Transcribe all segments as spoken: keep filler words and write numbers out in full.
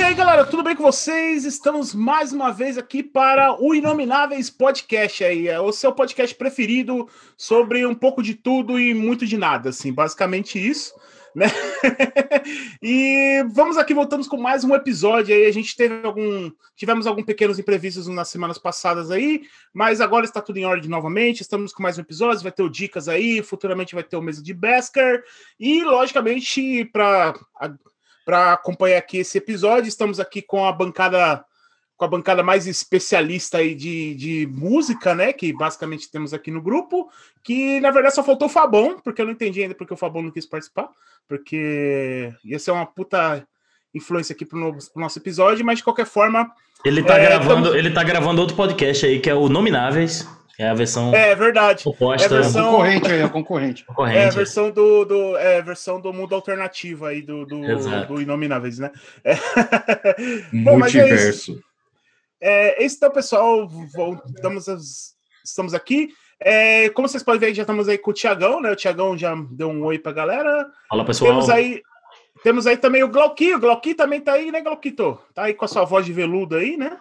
aí, galera, tudo bem com vocês? Estamos mais uma vez aqui para o Inomináveis Podcast aí, é o seu podcast preferido sobre um pouco de tudo e muito de nada, assim, basicamente isso, né? E vamos aqui, voltamos com mais um episódio aí, a gente teve algum, tivemos alguns pequenos imprevistos nas semanas passadas aí, mas agora está tudo em ordem novamente, estamos com mais um episódio, vai ter o Dicas aí, futuramente vai ter o Mesa de Basker, e logicamente, para... Para acompanhar aqui esse episódio, estamos aqui com a bancada com a bancada mais especialista aí de, de música, né? Que basicamente temos aqui no grupo, que na verdade só faltou o Fabão, porque eu não entendi ainda porque o Fabão não quis participar, porque ia ser uma puta influência aqui pro, no, pro nosso episódio, mas de qualquer forma. Ele tá, é, gravando, estamos... ele tá gravando outro podcast aí, que é o Nomináveis. É a versão. É verdade. Oposta. É a versão concorrente aí, é concorrente. concorrente. É a versão do, do, é a versão do mundo alternativo aí, do, do, do Inomináveis, né? É. Bom, Multiverso. É, esse então, pessoal, voltamos, estamos aqui. É, como vocês podem ver, já estamos aí com o Thiagão, né? O Thiagão já deu um oi pra galera. Fala, pessoal. Temos aí, temos aí também o Glauquinho. O Glauquinho também tá aí, né, Glauquito? Tá aí com a sua voz de veludo aí, né?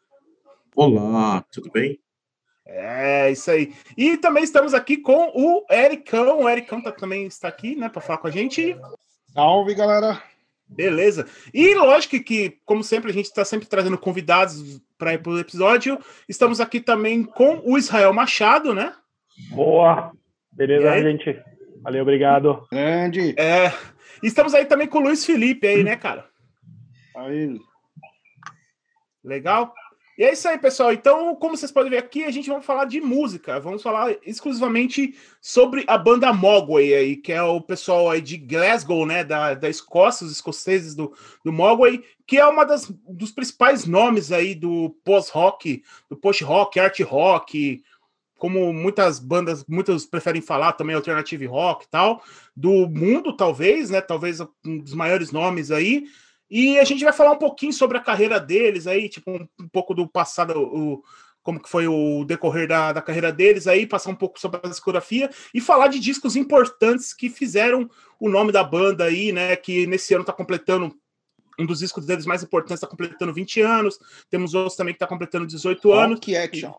Olá, tudo bem? É, isso aí. E também estamos aqui com o Ericão. O Ericão tá, também está aqui, né, para falar com a gente. Salve, galera. Beleza. E lógico que, como sempre, a gente está sempre trazendo convidados para ir para o episódio. Estamos aqui também com o Israel Machado, né? Boa. Beleza, gente? Valeu, obrigado. Grande. É. Estamos aí também com o Luiz Felipe aí, né, cara? Aí. Legal. E é isso aí, pessoal. Então, como vocês podem ver aqui, a gente vai falar de música. Vamos falar exclusivamente sobre a banda Mogwai, aí, que é o pessoal aí de Glasgow, né, da, da Escócia, os escoceses do, do Mogwai, que é uma das dos principais nomes aí do post-rock, do post-rock, art rock, como muitas bandas, muitos preferem falar também, alternative rock e tal, do mundo, talvez, né, talvez um dos maiores nomes aí. E a gente vai falar um pouquinho sobre a carreira deles aí, tipo, um, um pouco do passado, o, como que foi o decorrer da, da carreira deles aí, passar um pouco sobre a discografia e falar de discos importantes que fizeram o nome da banda aí, né, que nesse ano tá completando, um dos discos deles mais importantes tá completando vinte anos, temos outros também que tá completando dezoito anos. Que action.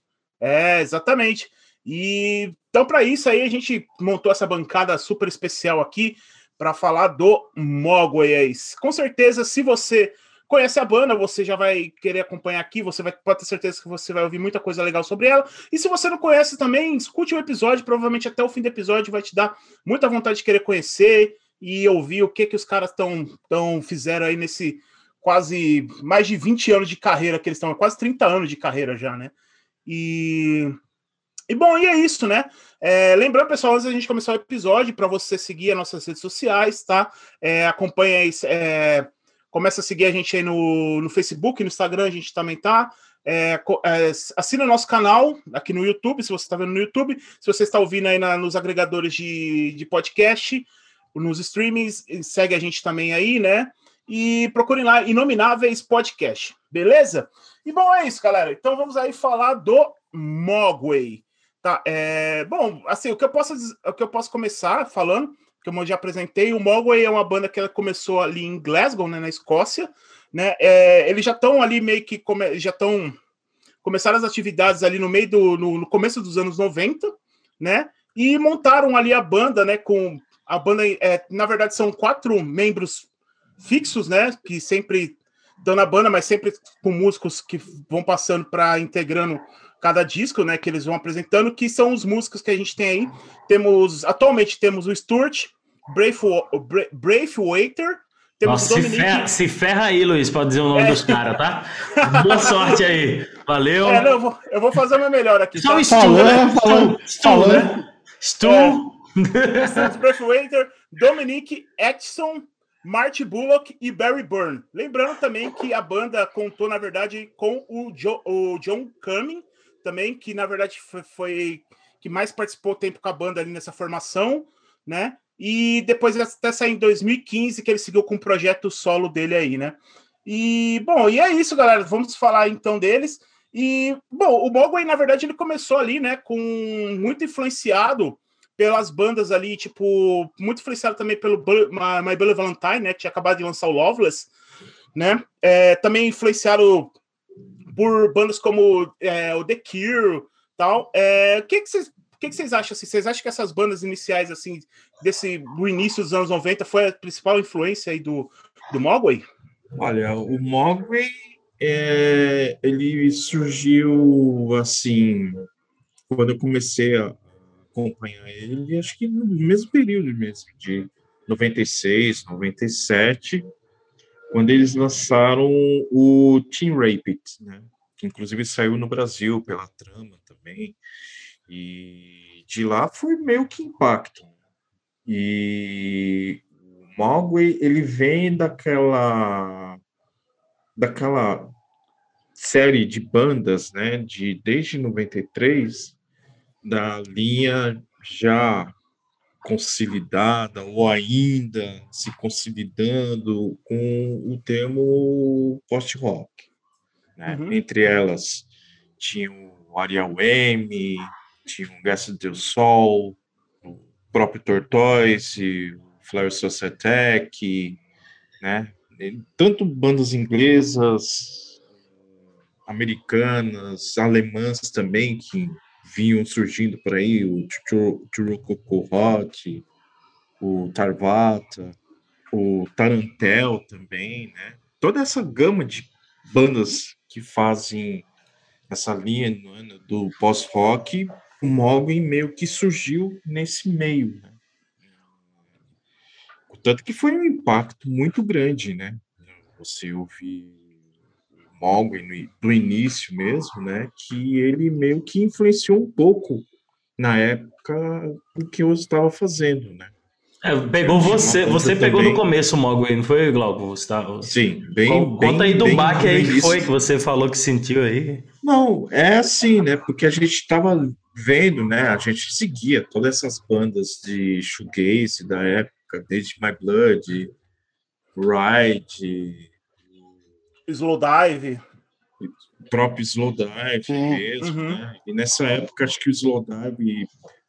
É, exatamente. E então, para isso aí, a gente montou essa bancada super especial aqui, para falar do Mogwai. Com certeza, se você conhece a banda, você já vai querer acompanhar aqui, você vai, pode ter certeza que você vai ouvir muita coisa legal sobre ela. E se você não conhece também, escute o episódio, provavelmente até o fim do episódio vai te dar muita vontade de querer conhecer e ouvir o que que os caras tão, tão fizeram aí nesse quase mais de vinte anos de carreira que eles estão, quase trinta anos de carreira já, né? E... E bom, e é isso, né? É, lembrando, pessoal, antes da gente começar o episódio, para você seguir as nossas redes sociais, tá? É, acompanha aí, é, começa a seguir a gente aí no, no Facebook, no Instagram, a gente também tá. É, é, assina o nosso canal aqui no YouTube, se você está vendo no YouTube, se você está ouvindo aí na, nos agregadores de, de podcast, nos streamings, segue a gente também aí, né? E procurem lá Inomináveis Podcast, beleza? E bom, é isso, galera. Então vamos aí falar do Mogwai. Tá, é, bom, assim, o que eu posso o que eu posso começar falando, que eu já apresentei, o Mogwai é uma banda que ela começou ali em Glasgow, né, na Escócia, né? É, eles já estão ali meio que come, já estão começaram as atividades ali no meio do no, no começo dos anos noventa, né? E montaram ali a banda, né, com a banda, é, na verdade são quatro membros fixos, né, que sempre estão na banda, mas sempre com músicos que vão passando para integrando cada disco, né, que eles vão apresentando, que são os músicos que a gente tem aí. Temos, atualmente temos o Stuart, Braithwaite, temos Nossa, o Dominic... se, ferra, se ferra aí, Luiz, pode dizer o nome é. dos caras, tá? Boa sorte aí, valeu. É, não, eu, vou, eu vou fazer o meu melhor aqui. Só tá? o Stu, né? Stu, Stu, né? Stu. É, Braithwaite, Dominic Atkinson, Marty Bullock e Barry Byrne. Lembrando também que a banda contou, na verdade, com o, jo, o John Cumming, também, que na verdade foi, foi que mais participou tempo com a banda ali nessa formação, né? E depois até sair em dois mil e quinze, que ele seguiu com o projeto solo dele aí, né? E, bom, e é isso, galera. Vamos falar então deles. E, bom, o Mogwai, na verdade, ele começou ali, né, com muito influenciado pelas bandas ali, tipo, muito influenciado também pelo My, My Bloody Valentine, né? Que tinha acabado de lançar o Loveless. né? É, também influenciado por bandas como é, o The Cure, tal. É, o que que vocês o que que vocês acham assim? Vocês acham que essas bandas iniciais assim desse do início dos anos noventa foi a principal influência aí do do Mogwai? Olha, o Mogwai, é, ele surgiu assim, quando eu comecei a acompanhar ele, acho que no mesmo período mesmo, de noventa e seis, noventa e sete, quando eles lançaram o Teen Rapid, né? Que inclusive saiu no Brasil pela Trama também, e de lá foi meio que impacto. E o Mogwai, ele vem daquela daquela série de bandas, né, de desde noventa e três, da linha já consolidada ou ainda se consolidando com o termo post-rock, né? Uhum. Entre elas tinha o Ariel M, tinha o Gasta del Sol, o próprio Tortoise, o Flower Society, né? Tanto bandas inglesas, americanas, alemãs também, que vinham surgindo por aí, o Churucoco Hot, o Tarvata, o Tarantel também, né? Toda essa gama de bandas que fazem essa linha, né, do pós-rock, o Mogwai meio que surgiu nesse meio, né? Tanto que foi um impacto muito grande, né? Você ouvir o Mogwai no- do início mesmo, né? Que ele meio que influenciou um pouco na época o que eu estava fazendo, né? É, pegou Tinha uma você, banda você pegou no também. começo o Mogwai, não foi, Glauco? Você tá, Sim, Co- bem, conta aí bem, do bem baque no aí que início. foi que você falou que sentiu aí. Não, é assim, né? Porque a gente estava vendo, né? A gente seguia todas essas bandas de shoegaze da época, desde My Blood, Ride, Slowdive. o próprio Slowdive Sim. mesmo, Uhum. né? E nessa época, acho que o Slowdive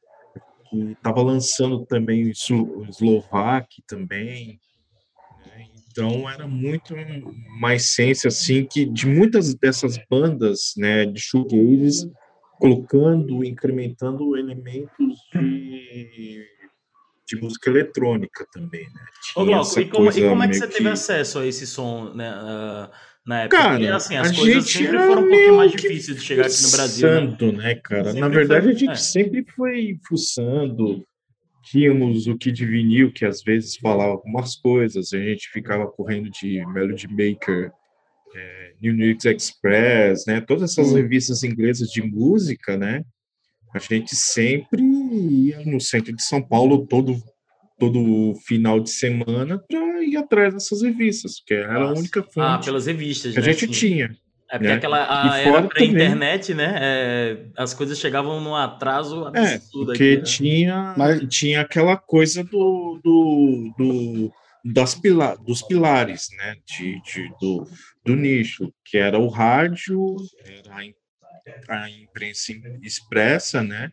que estava lançando também o Slo- o Slovak também, né? Então era muito uma essência assim que de muitas dessas bandas, né, de shoegaze, colocando, incrementando elementos de, de música eletrônica também, né? Ô, Tinha Glauco, essa e como, e coisa como é que meio você teve que, acesso a esse som, né, ah, na época? Porque, cara, assim, a as coisas gente sempre era foram um pouquinho mais meio que difíceis de chegar aqui no Brasil, né? fuçando, né, cara? Na Sempre verdade, foi. a gente É. sempre foi fuçando. Tínhamos o Kid Vinil, que às vezes falava algumas coisas, a gente ficava correndo de Melody Maker, é, New Music Express, né? Todas essas Sim. revistas inglesas de música, né? A gente sempre ia no centro de São Paulo todo, todo final de semana para ir atrás dessas revistas, que era a Nossa. única Ah, fonte pelas revistas, que a né? gente Sim. tinha, É porque né? aquela E a era fora também, pré-internet, né? É, as coisas chegavam num atraso é, absurdo aqui, porque né? tinha, Mas, tinha aquela coisa do, do, do das pila, dos pilares, né, de, de- do, do nicho, que era o rádio, era a, im- a imprensa expressa, né,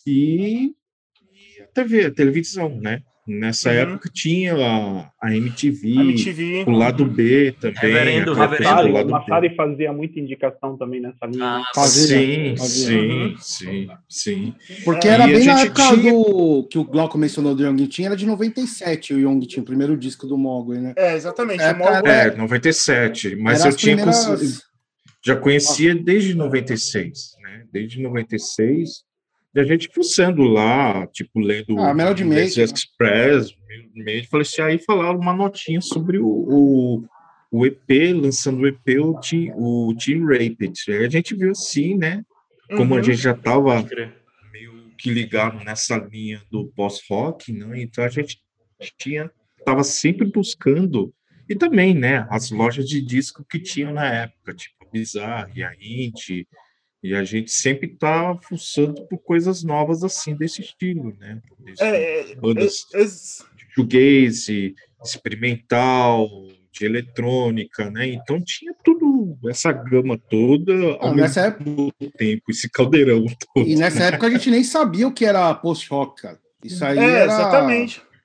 e, e a T V, a televisão, né. Nessa Uhum. época tinha a, a M T A V, M T V. o lado B também, Reverendo, O aquela coisa do reverendo. Massari, o lado B. Massari fazia muita indicação também nessa linha, Ah, né? fazia, Sim, fazia. sim, sim, sim. Porque É, era E a bem na gente época tinha. do que o Glauco mencionou do Young Team, era de noventa e sete o Young Team, o primeiro disco do Mogwai, né? É, Nessa exatamente. O época Mogwai. era, É, noventa e sete, mas era eu as tinha cons- primeiras. já conhecia desde noventa e seis, né? Desde noventa e seis, e a gente fuçando lá, tipo, lendo Ah, Melody o Music Maker, né? Express, meio, falei assim, aí falava uma notinha sobre o, o, o E P, lançando o E P, o Teen, o Teen Rapid. Aí a gente viu assim, né? Como a Uhum. gente já pode estava crer. meio que ligado nessa linha do pós-rock, né? Então a gente tinha, estava sempre buscando, e também, né, as lojas de disco que tinham na época, tipo a Bizarre, e a Indie, e a gente sempre tá fuçando por coisas novas assim desse estilo, né? Desse, É, é, é, bandas é, de shoegaze, experimental, de eletrônica, né? Então tinha tudo, essa gama toda ao Ah, nessa época, mesmo tempo, esse caldeirão todo. e nessa época a gente nem sabia o que era post-rock, cara. Isso aí é, era. exatamente.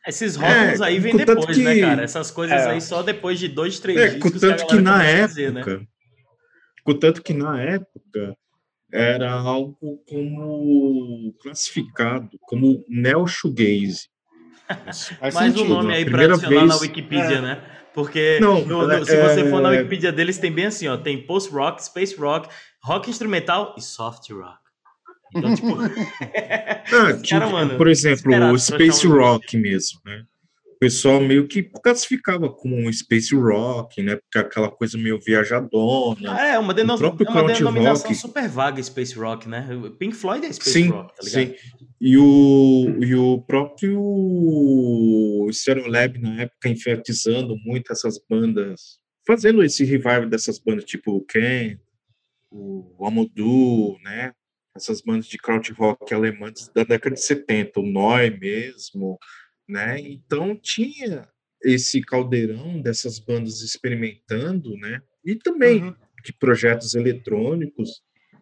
Esses rótulos É, aí vêm contanto depois, né, que- cara? Essas coisas É. aí só depois de dois, três É, discos que a contanto que galera na começa a época, dizer, né? contanto que na época era algo como classificado como neo-shoegaze. Assim. Faz Mais um sentido. nome aí pra Primeira adicionar na vez- Wikipedia, É. né? Porque Não, no- no- é- se você for na é- Wikipedia deles, tem bem assim, ó. Tem post-rock, space rock, rock instrumental e soft rock. Então, tipo, Ah, os tinha- caras, mano, por exemplo, o desesperados pra achar Space um limite. Rock mesmo, né? O pessoal meio que classificava como um Space Rock, né? Porque aquela coisa meio viajadona. Ah, é uma, deno- O próprio é uma Kraut denominação Rock. super vaga, Space Rock, né? O Pink Floyd é Space Sim, Rock, tá ligado? sim. E o, e o próprio Stereolab, na época, enfatizando muito essas bandas, fazendo esse revival dessas bandas, tipo o Ken, o Amodu, né? Essas bandas de krautrock alemãs da década de setenta, o Neu mesmo, né? Então tinha esse caldeirão dessas bandas experimentando, né? E também Uhum. de projetos eletrônicos,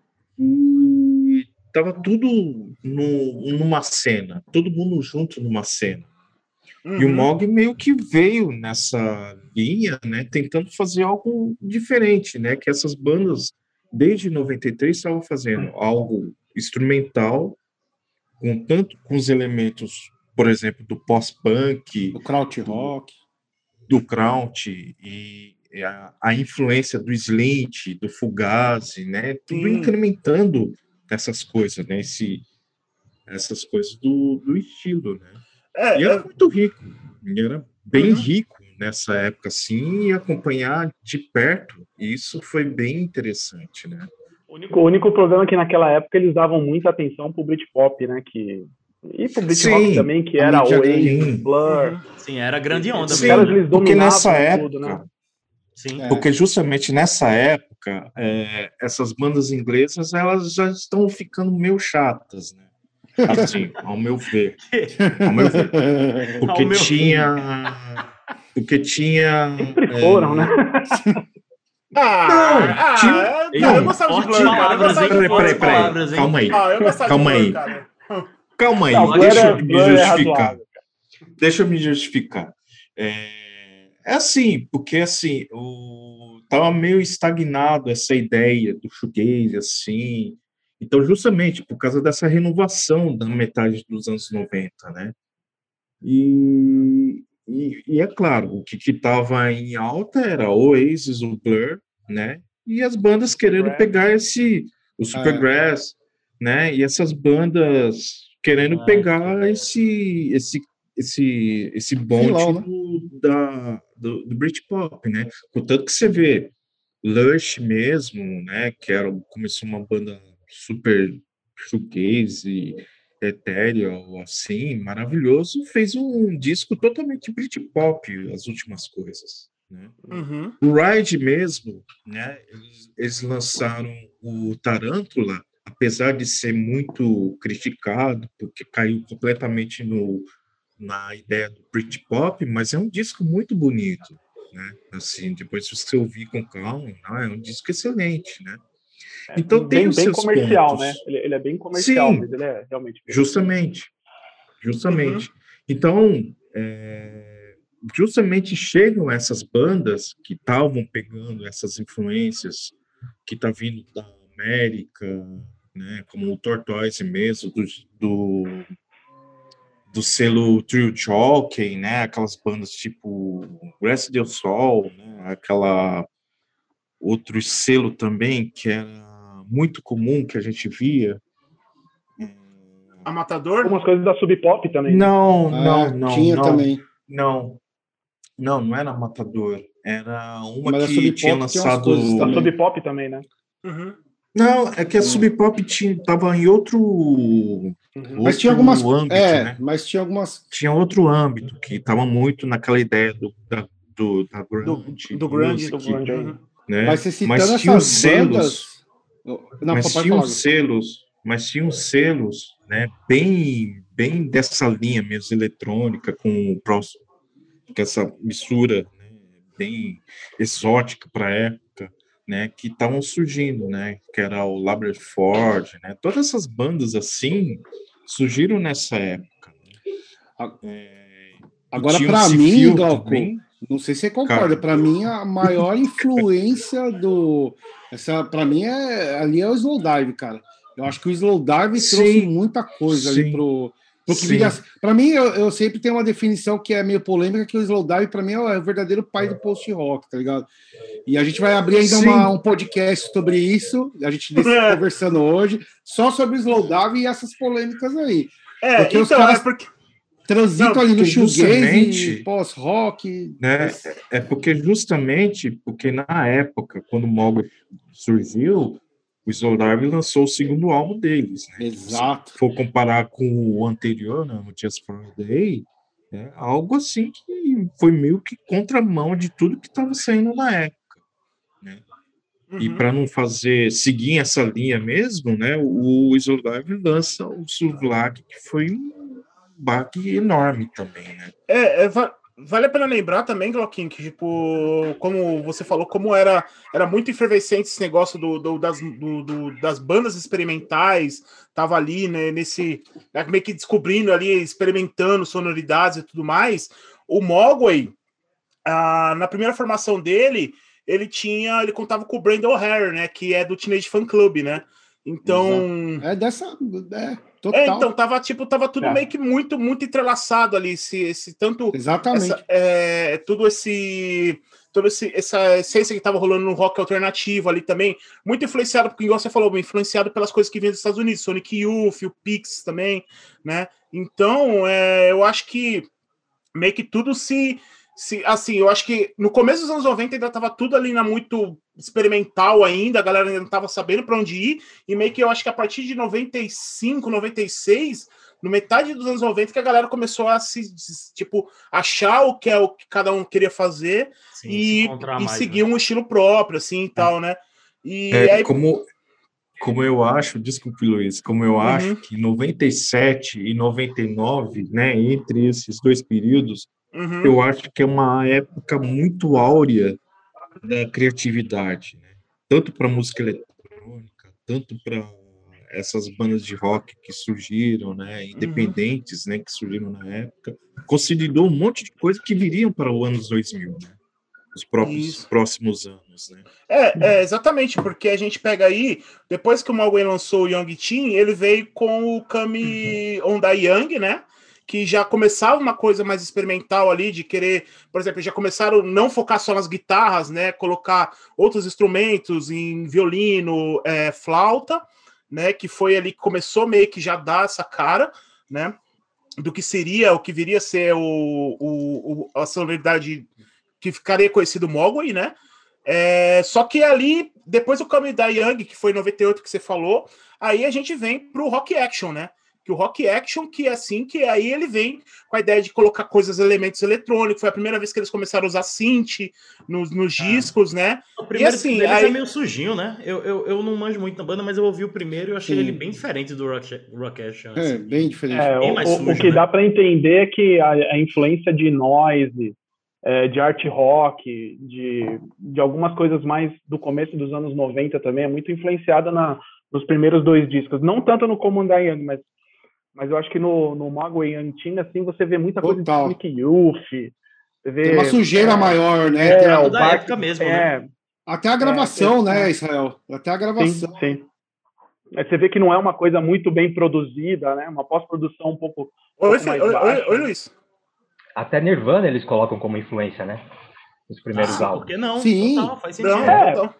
e tava tudo no, numa cena, todo mundo junto numa cena. E o Uhum. Mog meio que veio nessa linha, né, tentando fazer algo diferente, né, que essas bandas, desde noventa e três, estavam fazendo algo instrumental, com tanto com os elementos, por exemplo, do pós-punk, O krautrock. do Kraut e a, a influência do Slint, do Fugazi, né, tudo Sim. incrementando essas coisas, né, esse, essas coisas do, do estilo, né. É, E era é, muito rico, e era bem Uhum. rico nessa época, assim, e acompanhar de perto, isso foi bem interessante, né? O único, o único problema é que naquela época eles davam muita atenção pro Britpop, né? Que... E pro Britrock Sim, também, que a era mídia Oasis, grande. Blur. Uhum. Sim, era grande onda Os Sim, mesmo, caras, né? eles porque nessa dominavam tudo, época, né? Sim. É. porque justamente nessa época, é, essas bandas inglesas, elas já estão ficando meio chatas, né? Assim, ao meu ver, ao meu ver. Porque Ao meu- tinha... Porque tinha... Sempre é, foram, né? Ah, Não, ah, tinha- cara, não, eu gostava de fortes Blur, cara. Eu palavras, gostava hein? de Peraí, Blur, Fortes peraí, peraí. cara. palavras, hein? Calma aí. Ah, eu gostava Calma de Blur, aí. cara. Calma aí, Não, Blur deixa é, eu me Blur é justificar. razoável. Deixa eu me justificar. É, é assim, porque assim, o... tava meio estagnado essa ideia do shoegaze, assim. Então, justamente por causa dessa renovação da metade dos anos noventa, né? E, e, e é claro, o que estava em alta era o Oasis, o Blur, né? E as bandas querendo Supergrass. pegar esse, o Supergrass, né? E essas bandas querendo Ai, pegar que esse, esse, esse, esse bonde Filão, né? do, da, do, do Britpop, né? Contanto que você vê Lush mesmo, né? Que era, começou uma banda super shoegaze, ethereal, assim, maravilhoso, fez um disco totalmente Britpop, as últimas coisas, né? Uhum. O Ride mesmo, né? Eles, eles lançaram o Tarântula, apesar de ser muito criticado, porque caiu completamente no, na ideia do Britpop, mas é um disco muito bonito, né? Assim, depois se você ouvir com calma, não, é um disco excelente, né? Então tem bem, os bem seus comercial, pontos. né? Ele, ele é bem comercial, Sim. mas ele é realmente bem Justamente, justamente. Então, é, justamente chegam essas bandas que estavam pegando essas influências que tá vindo da América, né, como o Tortoise mesmo, do, do, do selo Trio Jockey, né, aquelas bandas tipo Graça del Sol, né, aquela outro selo também que era muito comum que a gente via. A Matador? Algumas coisas da Sub Pop também. né? Não, Ah, não, não, tinha não, também. não, não, não era Matador. Era uma Mas a que Sub tinha Pop tinha umas lançado. coisas Da também. Sub Pop também, né? Uhum. Não, é que a Hum. Sub Pop tinha, tava em outro, Uhum. Mas tinha outro algumas. âmbito, É, né? mas tinha algumas. Tinha outro âmbito que tava muito naquela ideia do, da, do, da Do, grunge do grande. Do music, grunge aí. Uhum. né? Mas você citando Mas tinha os essas selos, bandas. Não, mas pode tinha falar. os selos, mas tinha os selos, né? Bem, bem dessa linha mesmo eletrônica com o próximo, com essa mistura, né, bem exótica para a época, né? Que estavam surgindo, né? Que era o Laberford, né? Todas essas bandas assim surgiram nessa época. Né? É, Agora, tinha o pra C mim, Phil Glauco, também. não sei se você concorda, pra mim a maior influência do... Essa, pra mim, é, ali é o Slowdive, cara. Eu acho que o Slowdive trouxe Sim, muita coisa ali sim, pro... pro que sim. viria... Pra mim, eu, eu sempre tenho uma definição que é meio polêmica, que o Slowdive, pra mim, é o verdadeiro pai do post-rock, tá ligado? E a gente vai abrir ainda Sim. uma, um podcast sobre isso, a gente desse conversando hoje, só sobre o Slowdive e essas polêmicas aí. É, Porque os então, caras é porque. transitam Não, ali no porque shoegaze, justamente- pós-rock. Né? É porque justamente porque na época, quando o Mogwai surgiu, o Slowdive lançou o segundo álbum deles, né? Exato. Se for comparar com o anterior, né, o Just for a Day, é algo assim que foi meio que contramão de tudo que estava saindo na época. E Uhum. para não fazer seguir essa linha mesmo, né, o Slowdive lança o Suvlak, que foi um baque enorme também, né? É, é, va- vale a pena lembrar também, Glauquinho, que, tipo, como você falou, como era, era muito efervescente esse negócio do, do- das, do- do- das bandas experimentais, tava ali, né, nesse, né, meio que descobrindo ali, experimentando sonoridades e tudo mais. O Mogwai, ah, na primeira formação dele, ele tinha, ele contava com o Brandon O'Hare, né, que é do Teenage Fan Club, né? Então, É dessa. É, é, total. então, tava, tipo, tava tudo É. meio que muito, muito entrelaçado ali, esse, esse tanto, Exatamente. essa, é, tudo esse, toda esse, essa essência que tava rolando no rock alternativo ali também, muito influenciado, porque, igual você falou, influenciado pelas coisas que vinham dos Estados Unidos, Sonic Youth, o Pix também, né? Então, é, eu acho que meio que tudo se, se. Assim, eu acho que no começo dos anos noventa ainda tava tudo ali na muito experimental ainda, a galera ainda não tava sabendo para onde ir, e meio que eu acho que a partir de noventa e cinco, noventa e seis, no metade dos anos noventa, que a galera começou a se, tipo, achar o que é o que cada um queria fazer Sim, se e, encontrar e mais, seguir né? um estilo próprio, assim, e tal, né? E É, aí. como, como eu acho, desculpe, Luiz, como eu Uhum. acho que noventa e sete e noventa e nove, né, entre esses dois períodos, Uhum. eu acho que é uma época muito áurea da criatividade, né? Tanto para música eletrônica, tanto para essas bandas de rock que surgiram, né, independentes, né, que surgiram na época, consolidou um monte de coisa que viriam para os anos dois mil, né? Os próprios Isso. próximos anos, né? É, é, exatamente, porque a gente pega aí, depois que o Mogwai lançou o Young Teen, ele veio com o Kami Ondai Young, né? Que já começava uma coisa mais experimental ali, de querer, por exemplo, já começaram a não focar só nas guitarras, né? Colocar outros instrumentos em violino, é, flauta, né? Que foi ali que começou meio que já dar essa cara, né? Do que seria, o que viria a ser o, o, o a sonoridade que ficaria conhecido Mogwai, né? É, só que ali, depois do Come Da Young, que foi em noventa e oito que você falou, aí a gente vem pro Rock Action, né? Que o Rock Action, que é assim, que aí ele vem com a ideia de colocar coisas, elementos eletrônicos. Foi a primeira vez que eles começaram a usar synth nos, nos discos, né? O primeiro e assim, deles aí... é meio sujinho, né? Eu, eu, eu não manjo muito na banda, mas eu ouvi o primeiro e eu achei Sim. ele bem diferente do Rock, rock Action. É, Assim. bem diferente. É, Bem o, mais o- sujo, o que né? dá para entender é que a, a influência de noise, é, de art rock, de, de algumas coisas mais do começo dos anos noventa também, é muito influenciada na, nos primeiros dois discos. Não tanto no Command Young, mas, mas eu acho que no, no Mogwai Young Teen, assim, você vê muita coisa de Total. Sonic Youth. Você vê, Tem uma sujeira é, maior, né? É, Tem a- o da Bart, época mesmo, é, né? até a gravação, é, né, é. Israel? Até a Sim, gravação. sim. Aí você vê que não é uma coisa muito bem produzida, né? Uma pós-produção um pouco, um Oi, pouco Fe- mais oi, baixa. oi, oi, Luiz. Até Nirvana eles colocam como influência, né? Os primeiros Ah, álbuns. por que não? Sim. Total, faz sentido. Não, É. total.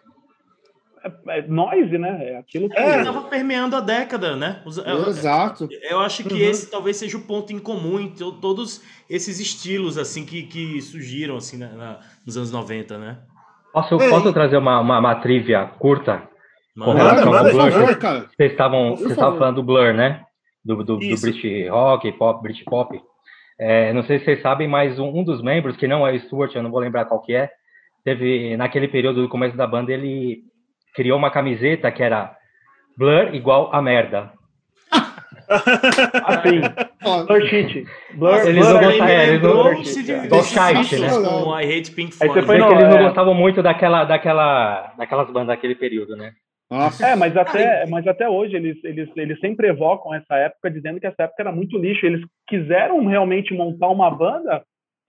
É, é noise, né? É aquilo que... É. Tava permeando a década, né? Os- eu- Exato. Eu acho que Uhum. esse talvez seja o ponto em comum em to- todos esses estilos assim que, que surgiram assim na- na- nos anos noventa, né? Posso, É, posso e- trazer uma, uma, uma trivia curta com Manda. relação Manda, ao manda, Blur? por favor, Vocês- cara. Vocês estavam Por vocês estavam favor. falando do Blur, né? Do, do, do Isso. British Rock, pop, British Pop. É, não sei se vocês sabem, mas um, um dos membros, que não é o Stuart, eu não vou lembrar qual que é, teve, naquele período do começo da banda, ele criou uma camiseta que era Blur igual a merda. Assim, Ó, Blur Sheet. Blur, Nossa, Eles Blur não é- gostam- me é, eles não- lembrou Blur o Sheet, Sid é. Igual Sid Shite, Vicious né? com I Hate Pink Aí você Floyd. foi Sei no- que eles não é. gostavam muito daquela, daquela, daquelas bandas daquele período, né? Nossa. É, mas até, Ah, e- mas até hoje eles, eles, eles sempre evocam essa época dizendo que essa época era muito lixo. Eles quiseram realmente montar uma banda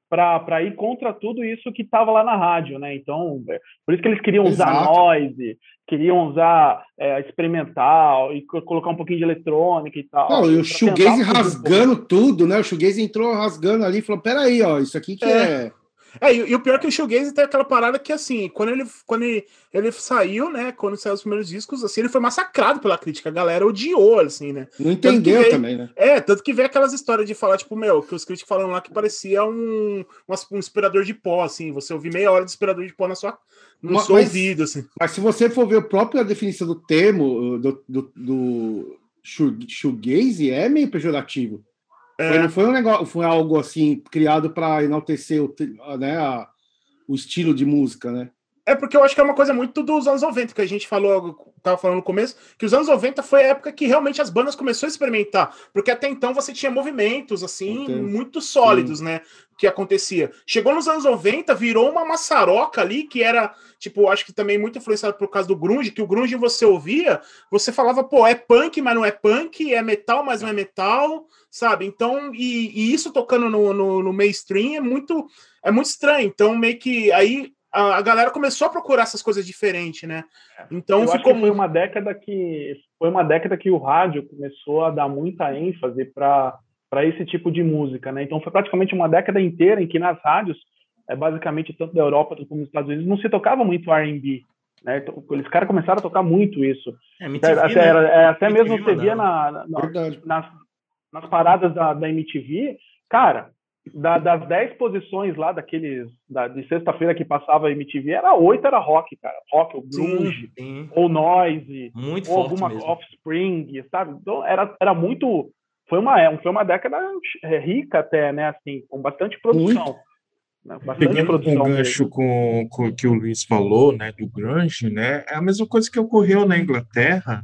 para ir contra tudo isso que estava lá na rádio, né? Então, por isso que eles queriam usar Exato. noise, queriam usar é, experimental e co- colocar um pouquinho de eletrônica e tal. Não, e o pra shoegaze tentar fugir um pouco. rasgando tudo, né? O shoegaze entrou rasgando ali e falou: peraí, ó, isso aqui que é. É, e, e o pior é que o shoegaze tem aquela parada que, assim, quando ele, quando ele, ele saiu, né, quando saiu os primeiros discos, assim, ele foi massacrado pela crítica, a galera odiou, assim, né. Não Tanto que entendeu veio- também, né? É, tanto que veio aquelas histórias de falar, tipo, meu, que os críticos falam lá que parecia um, um, as- um aspirador de pó, assim, você ouvir meia hora de aspirador de pó na sua, no Ma- seu mas- ouvido, assim. Mas se você for ver a própria definição do termo do, do, do shoe- shoegaze, é meio pejorativo. Foi, É. não foi um negócio, foi algo assim criado para enaltecer o, tri- né, a- o estilo de música, né? É porque eu acho que é uma coisa muito dos anos noventa, que a gente falou, tava falando no começo, que os anos noventa foi a época que realmente as bandas começaram a experimentar, porque até então você tinha movimentos, assim, Entendo. muito sólidos, né, que acontecia. Chegou nos anos noventa, virou uma maçaroca ali, que era, tipo, acho que também muito influenciado por causa do grunge, que o grunge você ouvia, você falava, pô, é punk, mas não é punk, é metal, mas não é metal, sabe? Então, e, e isso tocando no, no, no mainstream é muito, é muito estranho, então meio que aí a, a galera começou a procurar essas coisas diferentes, né? Então Eu acho ficou que foi uma década que foi uma década que o rádio começou a dar muita ênfase para para esse tipo de música, né? Então foi praticamente uma década inteira em que nas rádios, é, basicamente tanto da Europa como dos Estados Unidos, não se tocava muito R and B, né? Então, eles caras começaram a tocar muito isso. É, M T V, até né? era- é, até M T V mesmo você via mandava. na, na- Verdade. nas, nas paradas da, da M T V, cara, da- das dez posições lá daqueles da, de sexta-feira que passava a M T V, era oito era rock, cara. Rock, ou grunge, Sim, ou noise, muito ou forte alguma mesmo. Offspring, sabe? Então era, era muito. Foi uma, foi uma década é, rica até, né? Assim, com bastante produção. Né? Bastante Pegando produção um mesmo. gancho com, com o que o Luiz falou, né, do grunge, né, é a mesma coisa que ocorreu na Inglaterra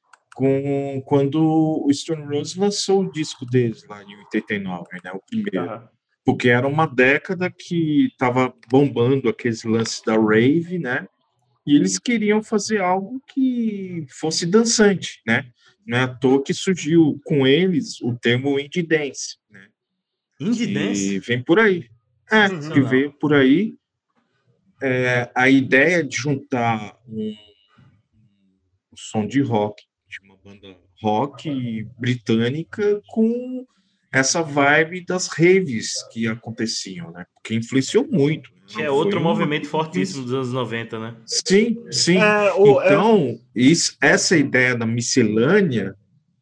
com quando o Stone Roses lançou o disco deles lá em oitenta e nove, né, o primeiro. Aham. Porque era uma década que estava bombando aqueles lances da rave, né, e eles queriam fazer algo que fosse dançante, né. Não é à toa que surgiu com eles o termo indie dance, né, Indie que Dance? vem por aí. É, Uhum. que veio por aí. É, a ideia de juntar um, um som de rock, de uma banda rock britânica, com essa vibe das raves que aconteciam, né? Porque influenciou muito. Né? Que é Não outro foi uma movimento coisa fortíssimo dos anos noventa, né? Sim, sim. É, o- é- Então, isso, essa ideia da miscelânea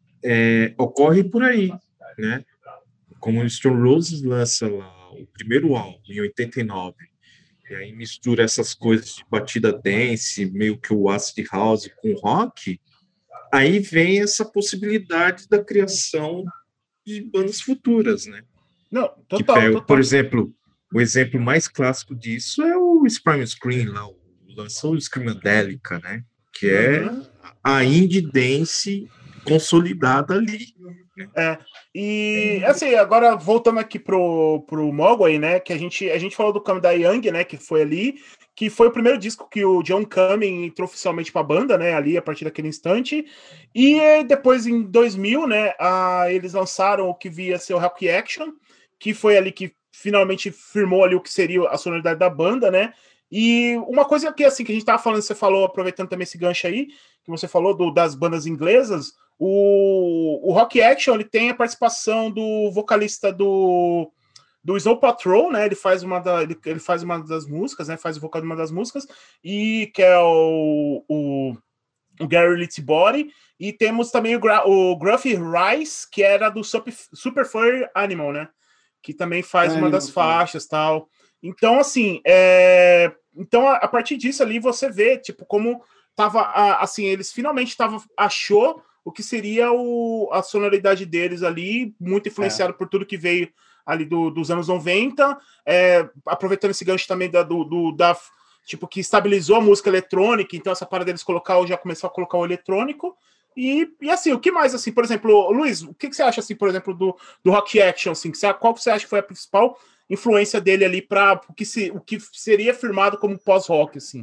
é, ocorre por aí, né? Como o Stone Roses lança lá o primeiro álbum, em oitenta e nove, e aí mistura essas coisas de batida dance, meio que o acid house com rock, aí vem essa possibilidade da criação de bandas futuras, né? Não, Que total, pega, total. por exemplo, o exemplo mais clássico disso é o Scream Scream lá, o lançou o Screamadelica, né? Que é Uhum. a indie dance consolidada ali. É, e assim, agora voltando aqui pro, pro Mogwai, né, que a gente, a gente falou do Come Da Young, né, que foi ali, que foi o primeiro disco que o John Cumming entrou oficialmente pra banda, né, ali a partir daquele instante, e depois em dois mil, né, a, eles lançaram o que via ser o Rock Action, que foi ali que finalmente firmou ali o que seria a sonoridade da banda, né, e uma coisa que, assim, que a gente tava falando, você falou, aproveitando também esse gancho aí, que você falou do, das bandas inglesas, o, o Rock Action ele tem a participação do vocalista do, do Snow Patrol, né? Ele faz uma da, ele, ele faz uma das músicas, né? Faz o vocal de uma das músicas, e que é o, o, o Gary Littlebody. E temos também o, Gra, o Gruffy Rice, que era do Super, Super Furry Animal, né? Que também faz É, uma das Animal, faixas e tal. Então, assim, é... então a, a partir disso ali você vê, tipo, como tava, a, assim, eles finalmente tava, achou o que seria o, a sonoridade deles ali, muito influenciado é. por tudo que veio ali do, dos anos noventa, é, aproveitando esse gancho também da, do, do, da, tipo, que estabilizou a música eletrônica, então essa parada deles colocar, já começou a colocar o eletrônico, e, e assim, o que mais, assim, por exemplo, Luiz, o que, que você acha, assim, por exemplo, do, do Rock Action, assim, que você, qual que você acha que foi a principal influência dele ali para o que, se, o que seria firmado como pós-rock, assim?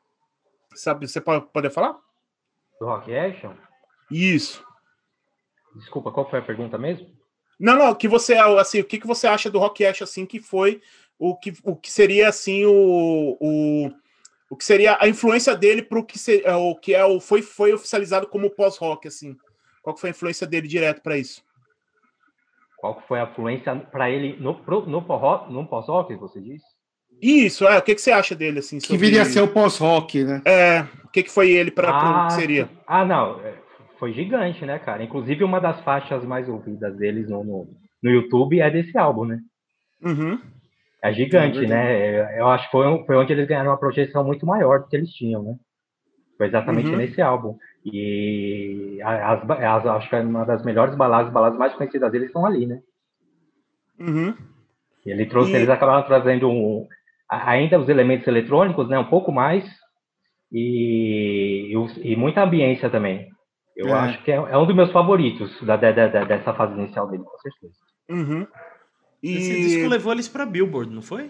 Sabe, você pode poder falar? Do Rock Action? Isso. Desculpa, qual foi a pergunta mesmo? Não, não, que você, assim, o que, que você acha do Rock Action, assim, que foi o que, o que seria assim o, o, o que seria a influência dele para o que se, o que é o foi foi oficializado como pós-rock, assim. Qual que foi a influência dele direto para isso? Qual foi a influência para ele no pro, no, pós-rock, no pós-rock, você disse? Isso, é. O que, que você acha dele assim? Que viria a ser o pós-rock, né? É. O que, que foi ele para ah, o que seria? Ah, não. Foi gigante, né, cara? Inclusive, uma das faixas mais ouvidas deles no, no, no YouTube é desse álbum, né? Uhum. É gigante, é né? Eu acho que foi, foi onde eles ganharam uma projeção muito maior do que eles tinham, né? Foi exatamente uhum. nesse álbum. E as, as, acho que é uma das melhores baladas, baladas mais conhecidas deles estão ali, né? Uhum. E ele trouxe, e... eles acabaram trazendo um, ainda os elementos eletrônicos, né? Um pouco mais. E, e, e muita ambiência também. Eu é. acho que é, é um dos meus favoritos da, da, da, dessa fase inicial dele, com certeza. Uhum. E... Esse disco levou eles pra Billboard, não foi?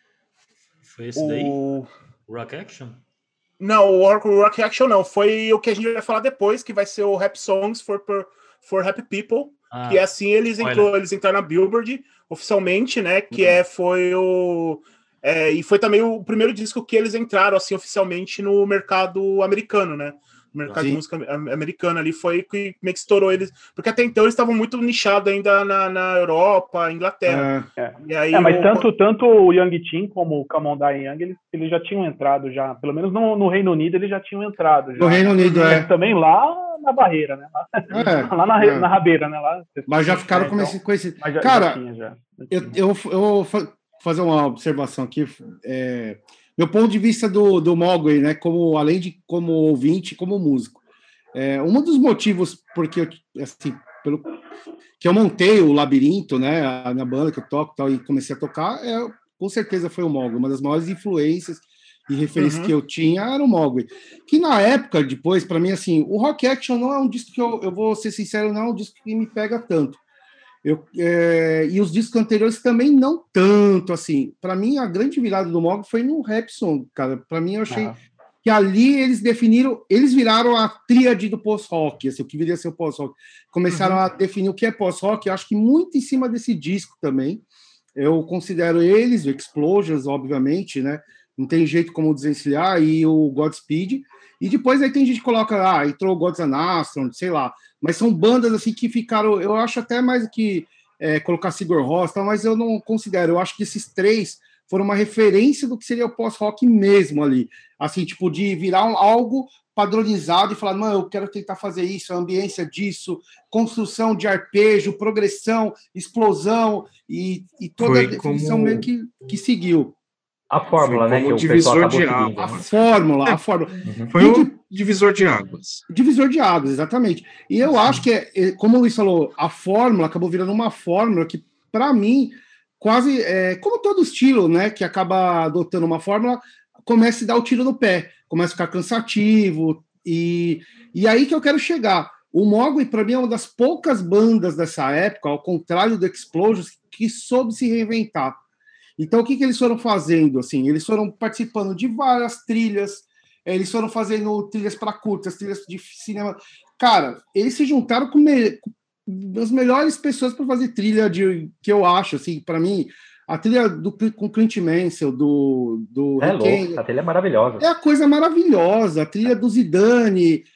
Foi esse o... daí? Rock Action? Não, o Rock Action não. Foi o que a gente vai falar depois, que vai ser o Rap Songs for, for Happy People. Ah, que assim eles, entrou, eles entraram na Billboard oficialmente, né? Que uhum. é, foi o... É, e foi também o primeiro disco que eles entraram, assim, oficialmente no mercado americano, né? O mercado Sim. de música americana ali foi que meio que estourou eles. Porque até então eles estavam muito nichados ainda na, na Europa, Inglaterra. É, e aí é mas o... tanto, tanto o Young Team como o Come On Die Young, eles, eles já tinham entrado já. Pelo menos no, no Reino Unido eles já tinham entrado. Já. No Reino Unido, mas é. também lá na barreira, né? Lá, é, lá na, é. na rabeira, né? Lá, mas já ficaram é, com esse... Com esse... Mas já, Cara, já tinha, já, já tinha. Eu, eu, eu fazer uma observação aqui. É, meu ponto de vista do, do Mogwai, né? Como, além de como ouvinte, como músico. É, um dos motivos porque eu, assim, pelo que eu montei o Labirinto, né? Na banda que eu toco tal, e comecei a tocar, é, com certeza foi o Mogwai. Uma das maiores influências e referências uhum. que eu tinha era o Mogwai. Que na época, depois, para mim, assim, o Rock Action não é um disco que eu, eu vou ser sincero, não é um disco que me pega tanto. Eu, é, e os discos anteriores também não tanto, assim. Para mim, a grande virada do Mogwai foi no Rap Song, cara. Para mim, eu achei ah. que ali eles definiram, eles viraram a tríade do post-rock, assim, o que viria a ser o post-rock. Começaram uhum. a definir o que é post-rock, eu acho que muito em cima desse disco também. Eu considero eles, o Explosions, obviamente, né? Não tem jeito como desvencilhar, e o Godspeed. E depois aí tem gente que coloca, ah, entrou o Gods and Astron, sei lá. Mas são bandas assim que ficaram, eu acho até mais que é, colocar Sigur Rós, mas eu não considero. Eu acho que esses três foram uma referência do que seria o pós-rock mesmo ali. Assim, tipo, de virar um, algo padronizado e falar, não, eu quero tentar fazer isso, a ambiência disso, construção de arpejo, progressão, explosão, e, e toda Foi a definição como... meio que, que seguiu. A fórmula, Foi né? Que o divisor de águas. A fórmula, a fórmula. Uhum. Foi o um divisor de águas. Divisor de águas, exatamente. E eu Sim. acho que, é, como o Luiz falou, a fórmula acabou virando uma fórmula que, para mim, quase, é, como todo estilo, né, que acaba adotando uma fórmula, começa a dar o tiro no pé, começa a ficar cansativo, e, e aí que eu quero chegar. O Mogwai, para mim, é uma das poucas bandas dessa época, ao contrário do Explosions, que soube se reinventar. Então, o que, que eles foram fazendo? Assim, eles foram participando de várias trilhas, eles foram fazendo trilhas para curtas, trilhas de cinema. Cara, eles se juntaram com, me... com as melhores pessoas para fazer trilha de que eu acho, assim, para mim, a trilha do, com Clint Mansell, do... do é louco, a trilha é maravilhosa. É a coisa maravilhosa, a trilha do Zidane,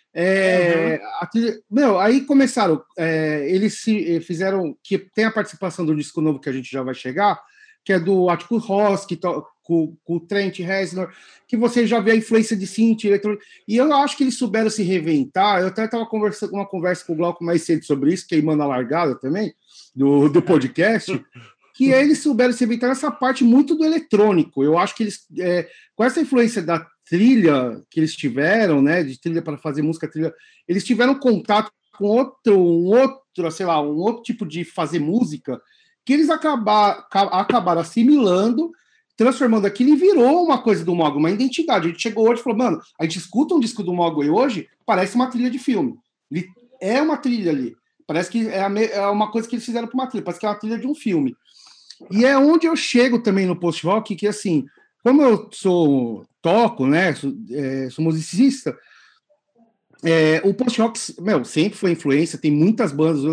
é, uhum. a trilha, meu, aí começaram, é, eles se, fizeram, que tem a participação do disco novo que a gente já vai chegar, que é do Atticus Ross, que to, com, com o Trent Reznor, que você já vê a influência de synth, eletrônico, e eu acho que eles souberam se reinventar. Eu até estava conversando uma conversa com o Glauco mais cedo sobre isso, queimando a largada também, do, do podcast, que eles souberam se reinventar nessa parte muito do eletrônico. Eu acho que eles, é, com essa influência da trilha que eles tiveram, né, de trilha para fazer música, trilha, eles tiveram contato com outro, um outro, sei lá, um outro tipo de fazer música, que eles acabar, acabaram assimilando, transformando aquilo e virou uma coisa do Mogwai, uma identidade. A gente chegou hoje e falou, mano, a gente escuta um disco do Mogwai hoje, parece uma trilha de filme. Ele é uma trilha ali. Parece que é, a, é uma coisa que eles fizeram para uma trilha, parece que é uma trilha de um filme. E é onde eu chego também no post-rock, que assim, como eu sou, toco, né, sou, é, sou musicista, é, o post-rock, meu, sempre foi influência, tem muitas bandas, eu,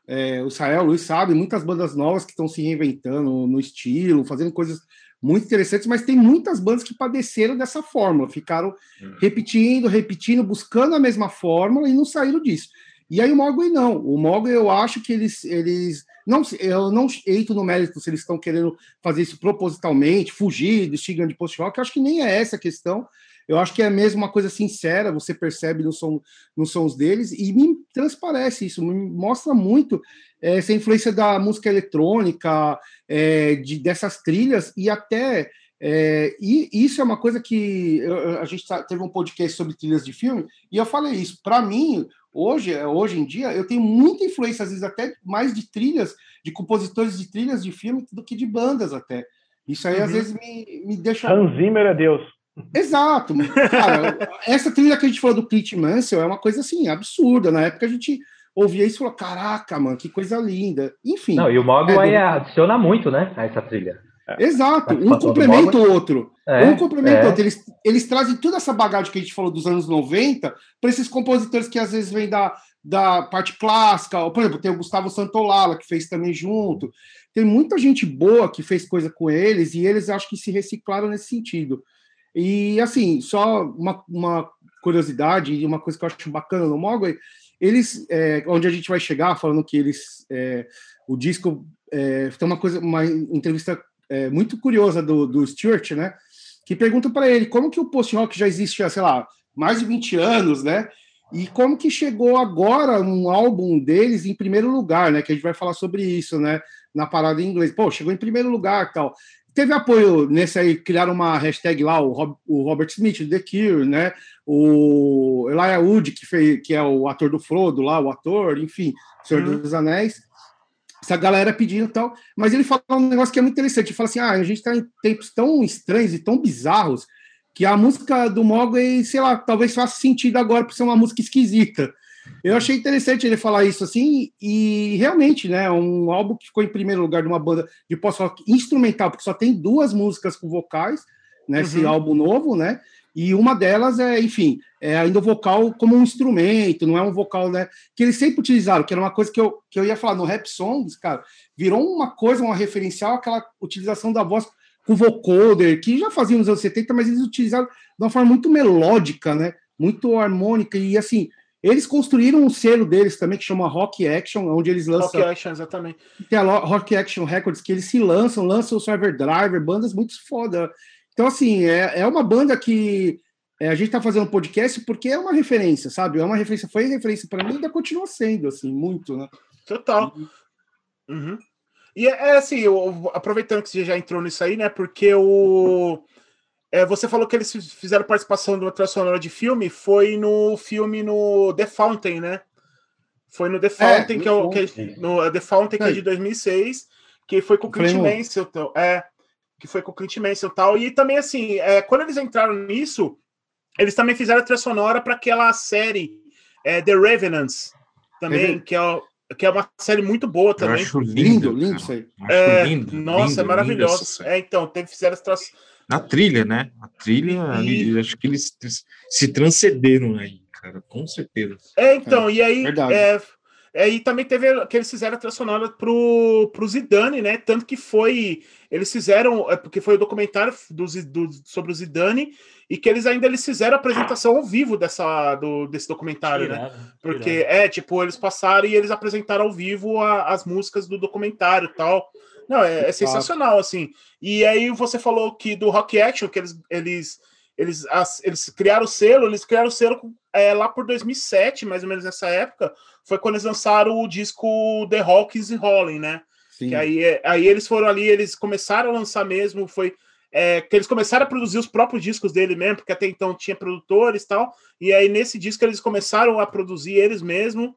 é, o Israel, o Luiz sabe, muitas bandas novas que estão se reinventando no estilo, fazendo coisas muito interessantes, mas tem muitas bandas que padeceram dessa fórmula, ficaram repetindo, repetindo, buscando a mesma fórmula e não saíram disso. E aí o Mogwai não. O Mogwai eu acho que eles, eles não, eu não entro no mérito se eles estão querendo fazer isso propositalmente, fugir do estigma de post-rock, eu acho que nem é essa a questão. Eu acho que é mesmo uma coisa sincera, você percebe no som, nos sons deles, e me transparece isso, me mostra muito é, essa influência da música eletrônica, é, de, dessas trilhas, e até, é, e isso é uma coisa que eu, a gente teve um podcast sobre trilhas de filme, e eu falei isso, para mim, hoje, hoje em dia, eu tenho muita influência, às vezes até mais de trilhas, de compositores de trilhas de filme, do que de bandas até. Isso aí, uhum. às vezes, me, me deixa... Hans Zimmer é Deus. Exato, cara, essa trilha que a gente falou do Clint Mansell é uma coisa assim, absurda, na época a gente ouvia isso e falou, caraca, mano, que coisa linda, enfim. Não, e o Mogwai é, do... adiciona muito, né, a essa trilha. Exato, um complementa o outro, é, um complementa o é. outro, eles, eles trazem toda essa bagagem que a gente falou dos anos noventa para esses compositores que às vezes vêm da, da parte clássica, por exemplo, tem o Gustavo Santaolalla, que fez também junto, tem muita gente boa que fez coisa com eles, e eles acho que se reciclaram nesse sentido. E, assim, só uma, uma curiosidade e uma coisa que eu acho bacana no Mogwai, eles, é, onde a gente vai chegar, falando que eles, é, o disco, é, tem uma coisa, uma entrevista é, muito curiosa do, do Stuart, né, que pergunta para ele como que o post-rock já existe há, sei lá, mais de vinte anos, né, e como que chegou agora um álbum deles em primeiro lugar, né, que a gente vai falar sobre isso, né, na parada em inglês. Pô, chegou em primeiro lugar, tal. Teve apoio nesse aí, criaram uma hashtag lá, o, Rob, o Robert Smith, do The Cure, né? O Elijah Wood, que, fez, que é o ator do Frodo lá, o ator, enfim, Senhor uhum. dos Anéis. Essa galera pedindo e tal. Mas ele fala um negócio que é muito interessante. Ele fala assim, ah, a gente está em tempos tão estranhos e tão bizarros que a música do Mogwai, sei lá, talvez faça sentido agora por ser uma música esquisita. Eu achei interessante ele falar isso assim, e realmente, né, um álbum que ficou em primeiro lugar de uma banda de post-rock instrumental, porque só tem duas músicas com vocais nesse uhum. álbum novo, né, e uma delas é, enfim, é ainda o vocal como um instrumento, não é um vocal, né, que eles sempre utilizaram, que era uma coisa que eu, que eu ia falar no Rap Songs, cara, virou uma coisa, uma referencial, aquela utilização da voz com vocoder, que já fazia nos anos setenta, mas eles utilizaram de uma forma muito melódica, né, muito harmônica, e assim... Eles construíram um selo deles também, que chama Rock Action, onde eles lançam... Rock Action, exatamente. Tem a Rock Action Records, que eles se lançam, lançam o Server Driver, bandas muito foda. Então, assim, é, é uma banda que é, a gente tá fazendo um podcast porque é uma referência, sabe? É uma referência, foi referência para mim e ainda continua sendo, assim, muito, né? Total. Uhum. E é, é assim, eu, aproveitando que você já entrou nisso aí, né? Porque o... É, você falou que eles fizeram participação de uma trilha sonora de filme, foi no filme no The Fountain, né? Foi no The Fountain, é, que é o que, no The Fountain, que é de dois mil e seis, que foi com o Clint Mansell, então, é, que foi com o Clint Mansell e tal. E também, assim, é, quando eles entraram nisso, eles também fizeram a trilha sonora para aquela série é, The Revenants, também, é. que é que é uma série muito boa também. Eu acho lindo, lindo isso aí. É, lindo, nossa, lindo, é maravilhoso. É, então, teve, fizeram as trilhas... Na trilha, né? A trilha, e... acho que eles se transcenderam aí, cara, com certeza. É, então, é, e aí, é, é, e também teve que eles fizeram a trilha sonora pro, pro Zidane, né? Tanto que foi, eles fizeram, é, porque foi o documentário do, do, sobre o Zidane, e que eles ainda eles fizeram a apresentação ao vivo dessa, do, desse documentário, tirado, né? Porque, tirado. é, tipo, eles passaram e eles apresentaram ao vivo a, as músicas do documentário e tal. Não, é, é sensacional, assim. E aí você falou que do Rock Action, que eles eles, eles, as, eles criaram o selo, eles criaram o selo é, lá por dois mil e sete, mais ou menos nessa época, foi quando eles lançaram o disco The Rocks e Rollin', né? Sim. Que aí, aí eles foram ali, eles começaram a lançar mesmo, foi é, que eles começaram a produzir os próprios discos dele mesmo, porque até então tinha produtores e tal, e aí nesse disco eles começaram a produzir eles mesmo,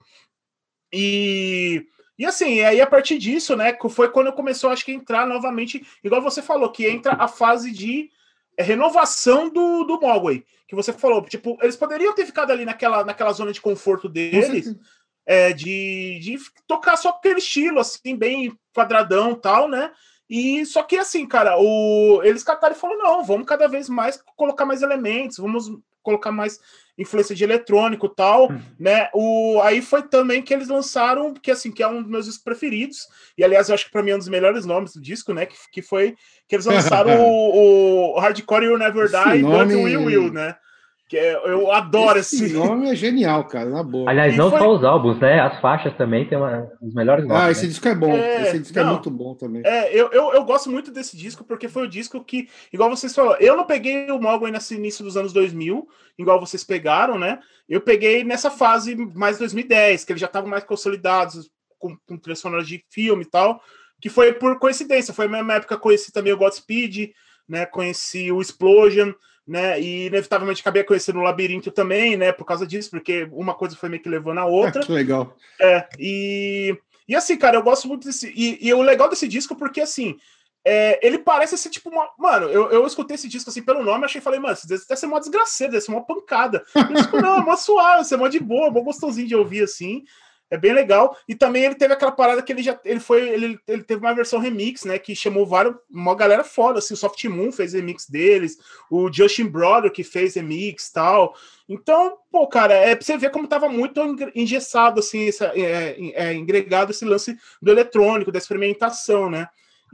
e... E assim, aí a partir disso, né, foi quando começou, acho que, a entrar novamente, igual você falou, que entra a fase de renovação do, do Mogwai, que você falou, tipo, eles poderiam ter ficado ali naquela, naquela zona de conforto deles, é, de, de tocar só com aquele estilo, assim, bem quadradão e tal, né, e só que assim, cara, o, eles cataram e falaram, não, vamos cada vez mais colocar mais elementos, vamos colocar mais influência de eletrônico e tal, né? O, aí foi também que eles lançaram, que assim, que é um dos meus discos preferidos, e aliás, eu acho que pra mim é um dos melhores nomes do disco, né? Que, que foi que eles lançaram o, o Hardcore You'll Never Esse Die, nome... Don't We Will, né? Que é, eu adoro esse... esse nome é genial, cara, na boa. Aliás, E não foi- só os álbuns, né? As faixas também tem uma, os melhores nomes. Ah, né? esse disco é bom. É, esse disco é não. muito bom também. É, eu, eu, eu gosto muito desse disco porque foi o disco que, igual vocês falaram, eu não peguei o Mogwai nesse início dos anos dois mil, igual vocês pegaram, né? Eu peguei nessa fase mais dois mil e dez, que eles já estavam mais consolidados, com, com trilha sonora de filme e tal, que foi por coincidência. Foi a mesma época que eu conheci também o Godspeed, né? Conheci o Explosion, né? E inevitavelmente acabei conhecendo o Labirinto também, né? Por causa disso, porque uma coisa foi meio que levando a outra. Ah, que legal. É, e, e assim, cara, eu gosto muito desse. E, e o legal desse disco, porque assim, é, ele parece ser tipo uma. Mano, eu, eu escutei esse disco assim pelo nome, achei falei, mano, isso deve ser uma desgraceira, deve ser uma pancada. O disco não, é mó suave, é mó de boa, mó gostosinho de ouvir assim. É bem legal. E também ele teve aquela parada que ele já. Ele foi. Ele, ele teve uma versão remix, né? Que chamou vários, uma galera foda. Assim, o Soft Moon fez remix deles, o Justin Brother que fez remix e tal. Então, pô, cara, é pra você ver como tava muito engessado, assim, essa, é, é, engregado esse lance do eletrônico, da experimentação, né?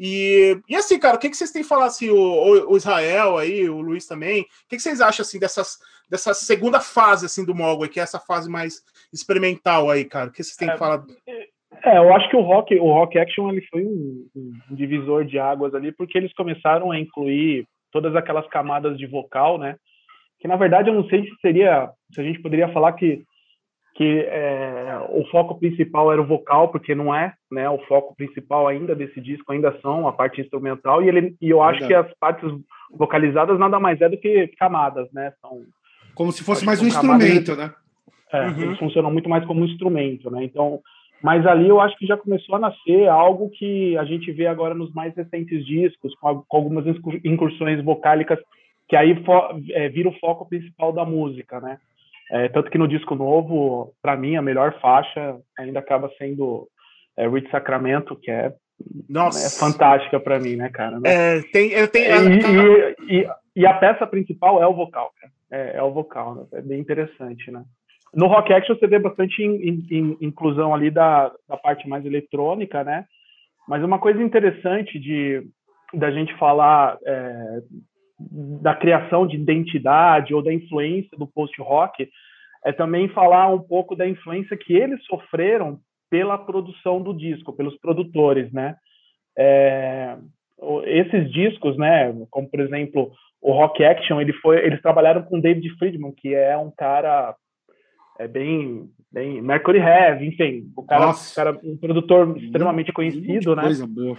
E, e assim, cara, o que, que vocês têm falado, assim, o, o Israel aí, o Luiz também, o que, que vocês acham, assim, dessas, dessa segunda fase, assim, do Mogwai, que é essa fase mais experimental aí, cara? O que vocês têm É, falado? É, eu acho que o rock, o rock action, ele foi um, um divisor de águas ali, porque eles começaram a incluir todas aquelas camadas de vocal, né? Que na verdade eu não sei se seria, se a gente poderia falar que que é, o foco principal era o vocal, porque não é, né? O foco principal ainda desse disco ainda são a parte instrumental, e, ele, e eu acho Verdade. que as partes vocalizadas nada mais é do que camadas, né? São, Como se fosse acho mais que um são camadas- instrumento, né? é, Uhum. eles funcionam muito mais como um instrumento, né? Então, mas ali eu acho que já começou a nascer algo que a gente vê agora nos mais recentes discos, com, a- com algumas incur- incursões vocálicas, que aí fo- é, vira o foco principal da música, né? É, tanto que no disco novo, para mim, a melhor faixa ainda acaba sendo é, Rich Sacramento, que é, Nossa. é fantástica para mim, né, cara? Né? É, tem, ele tem, E, e, e, e a peça principal é o vocal, cara. É, é o vocal, né? É bem interessante, né? No rock action você vê bastante in, in, inclusão ali da, da parte mais eletrônica, né? Mas uma coisa interessante de da gente falar é, da criação de identidade ou da influência do post-rock é também falar um pouco da influência que eles sofreram pela produção do disco, pelos produtores, né? É, esses discos, né? Como por exemplo o Rock Action, ele foi, eles trabalharam com David Friedman, que é um cara é bem, bem Mercury Heavy, enfim, o cara, Nossa. cara um produtor extremamente Muita conhecido, né? coisa boa.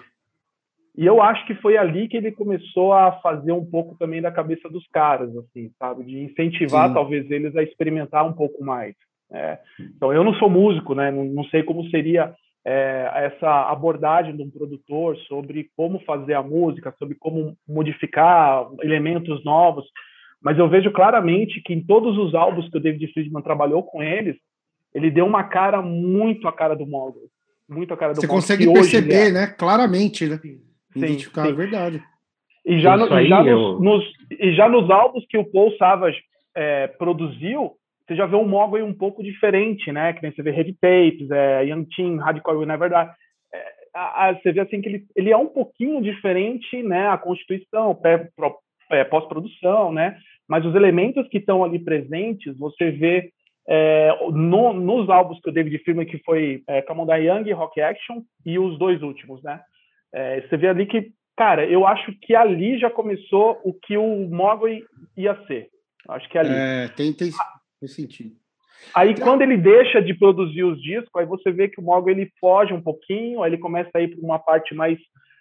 E eu acho que foi ali que ele começou a fazer um pouco também da cabeça dos caras, assim, sabe? De incentivar, Sim. talvez, eles a experimentar um pouco mais. Né? Então, eu não sou músico, né? Não, não sei como seria é, essa abordagem de um produtor sobre como fazer a música, sobre como modificar elementos novos, mas eu vejo claramente que em todos os álbuns que o David Friedman trabalhou com eles, ele deu uma cara muito a cara do Mogwai. Muito a cara do Você Mogwai, consegue que hoje perceber, é. né? Claramente, né? Sim, Identificar sim. a verdade. E já, no, Isso e, já aí, nos, eu- nos, e já nos álbuns que o Paul Savage é, produziu, você já vê um Mogwai um pouco diferente, né? Que nem você vê Heavy Tapes, é, Young Teen, Hardcore Will Never Die. É, a, a, você vê assim que ele, ele é um pouquinho diferente, né? A constituição, pré, pro, é, pós-produção, né? Mas os elementos que estão ali presentes, você vê é, no, nos álbuns que o David Friedman, que foi é, Come On Die Young, Rock Action, e os dois últimos, né? É, você vê ali que, cara, eu acho que ali já começou o que o Mogwai ia ser. Acho que ali. É, tem, tem, tem sentido. Aí, quando ele deixa de produzir os discos, aí você vê que o Mogwai ele foge um pouquinho, aí ele começa a ir para uma parte mais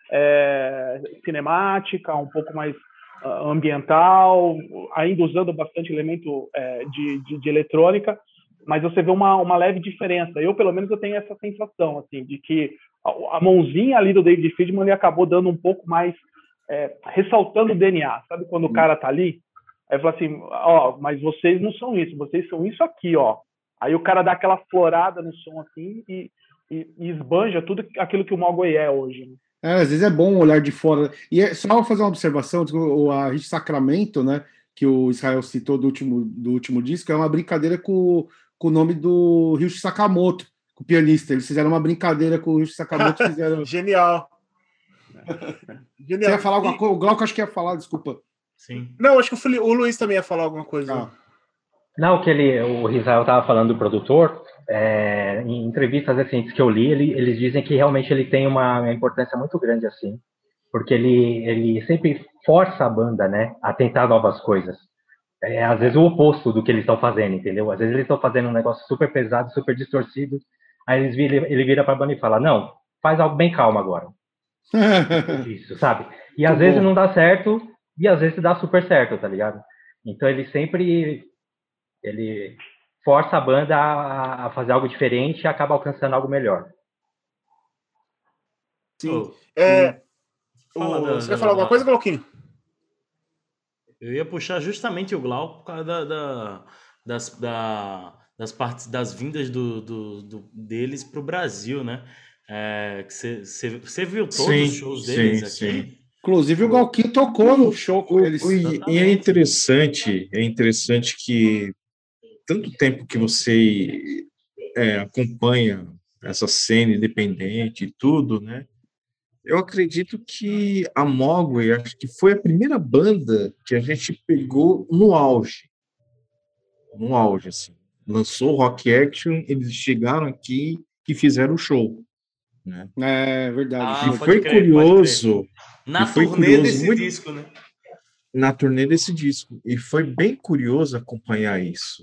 é, cinemática, um pouco mais uh, ambiental, ainda usando bastante elemento é, de, de, de eletrônica, mas você vê uma, uma leve diferença. Eu, pelo menos, eu tenho essa sensação, assim, de que a, a mãozinha ali do David Friedman ele acabou dando um pouco mais, é, ressaltando o D N A, sabe quando o cara tá ali? Aí fala assim, ó, mas vocês não são isso, vocês são isso aqui, ó. Aí o cara dá aquela florada no som assim e, e, e esbanja tudo aquilo que o Mogwai é hoje. Né? É, às vezes é bom olhar de fora. E é só fazer uma observação, tipo, a Rich Sacramento, né? que o Israel citou do último, do último disco, é uma brincadeira com, com o nome do Ryuichi Sakamoto, com o pianista. Eles fizeram uma brincadeira com o Ryuichi Sakamoto. Fizeram... Genial. Genial. Você ia falar alguma coisa? O Glauco acho que ia falar, desculpa. Sim. Não, acho que o, Fili... o Luiz também ia falar alguma coisa. Ah. Não, que ele, o Israel estava falando do produtor, é, em entrevistas recentes que eu li, ele, eles dizem que realmente ele tem uma, uma importância muito grande, assim, porque ele, ele sempre força a banda, né, a tentar novas coisas. É, às vezes o oposto do que eles estão fazendo, entendeu? Às vezes eles estão fazendo um negócio super pesado, super distorcido, aí eles vira, ele vira para a banda e fala, não, faz algo bem calmo agora. Isso, sabe? E às Muito vezes bom. não dá certo, e às vezes dá super certo, tá ligado? Então ele sempre... ele força a banda a, a fazer algo diferente e acaba alcançando algo melhor. Sim. Oh, É, fala o... da- Você quer da- falar alguma da- coisa, Glauquinho? Eu ia puxar justamente o Glau por causa da, da- das, da- das partes das vindas do, do- do- deles para o Brasil, né? É, que você viu todos Sim, os shows sim, deles aqui? sim. Inclusive, o Galquinho tocou no show com O- eles. o- e, e é Exatamente. interessante, é interessante que tanto tempo que você é, acompanha essa cena independente e tudo, né? Eu acredito que a Mogwai, acho que foi a primeira banda que a gente pegou no auge, no auge, assim. Lançou o Rock Action, eles chegaram aqui e fizeram o show, né? É verdade. Ah, E foi. pode foi crer, pode curioso, Na e foi turnê curioso desse muito disco, né? na turnê desse disco. E foi bem curioso acompanhar isso.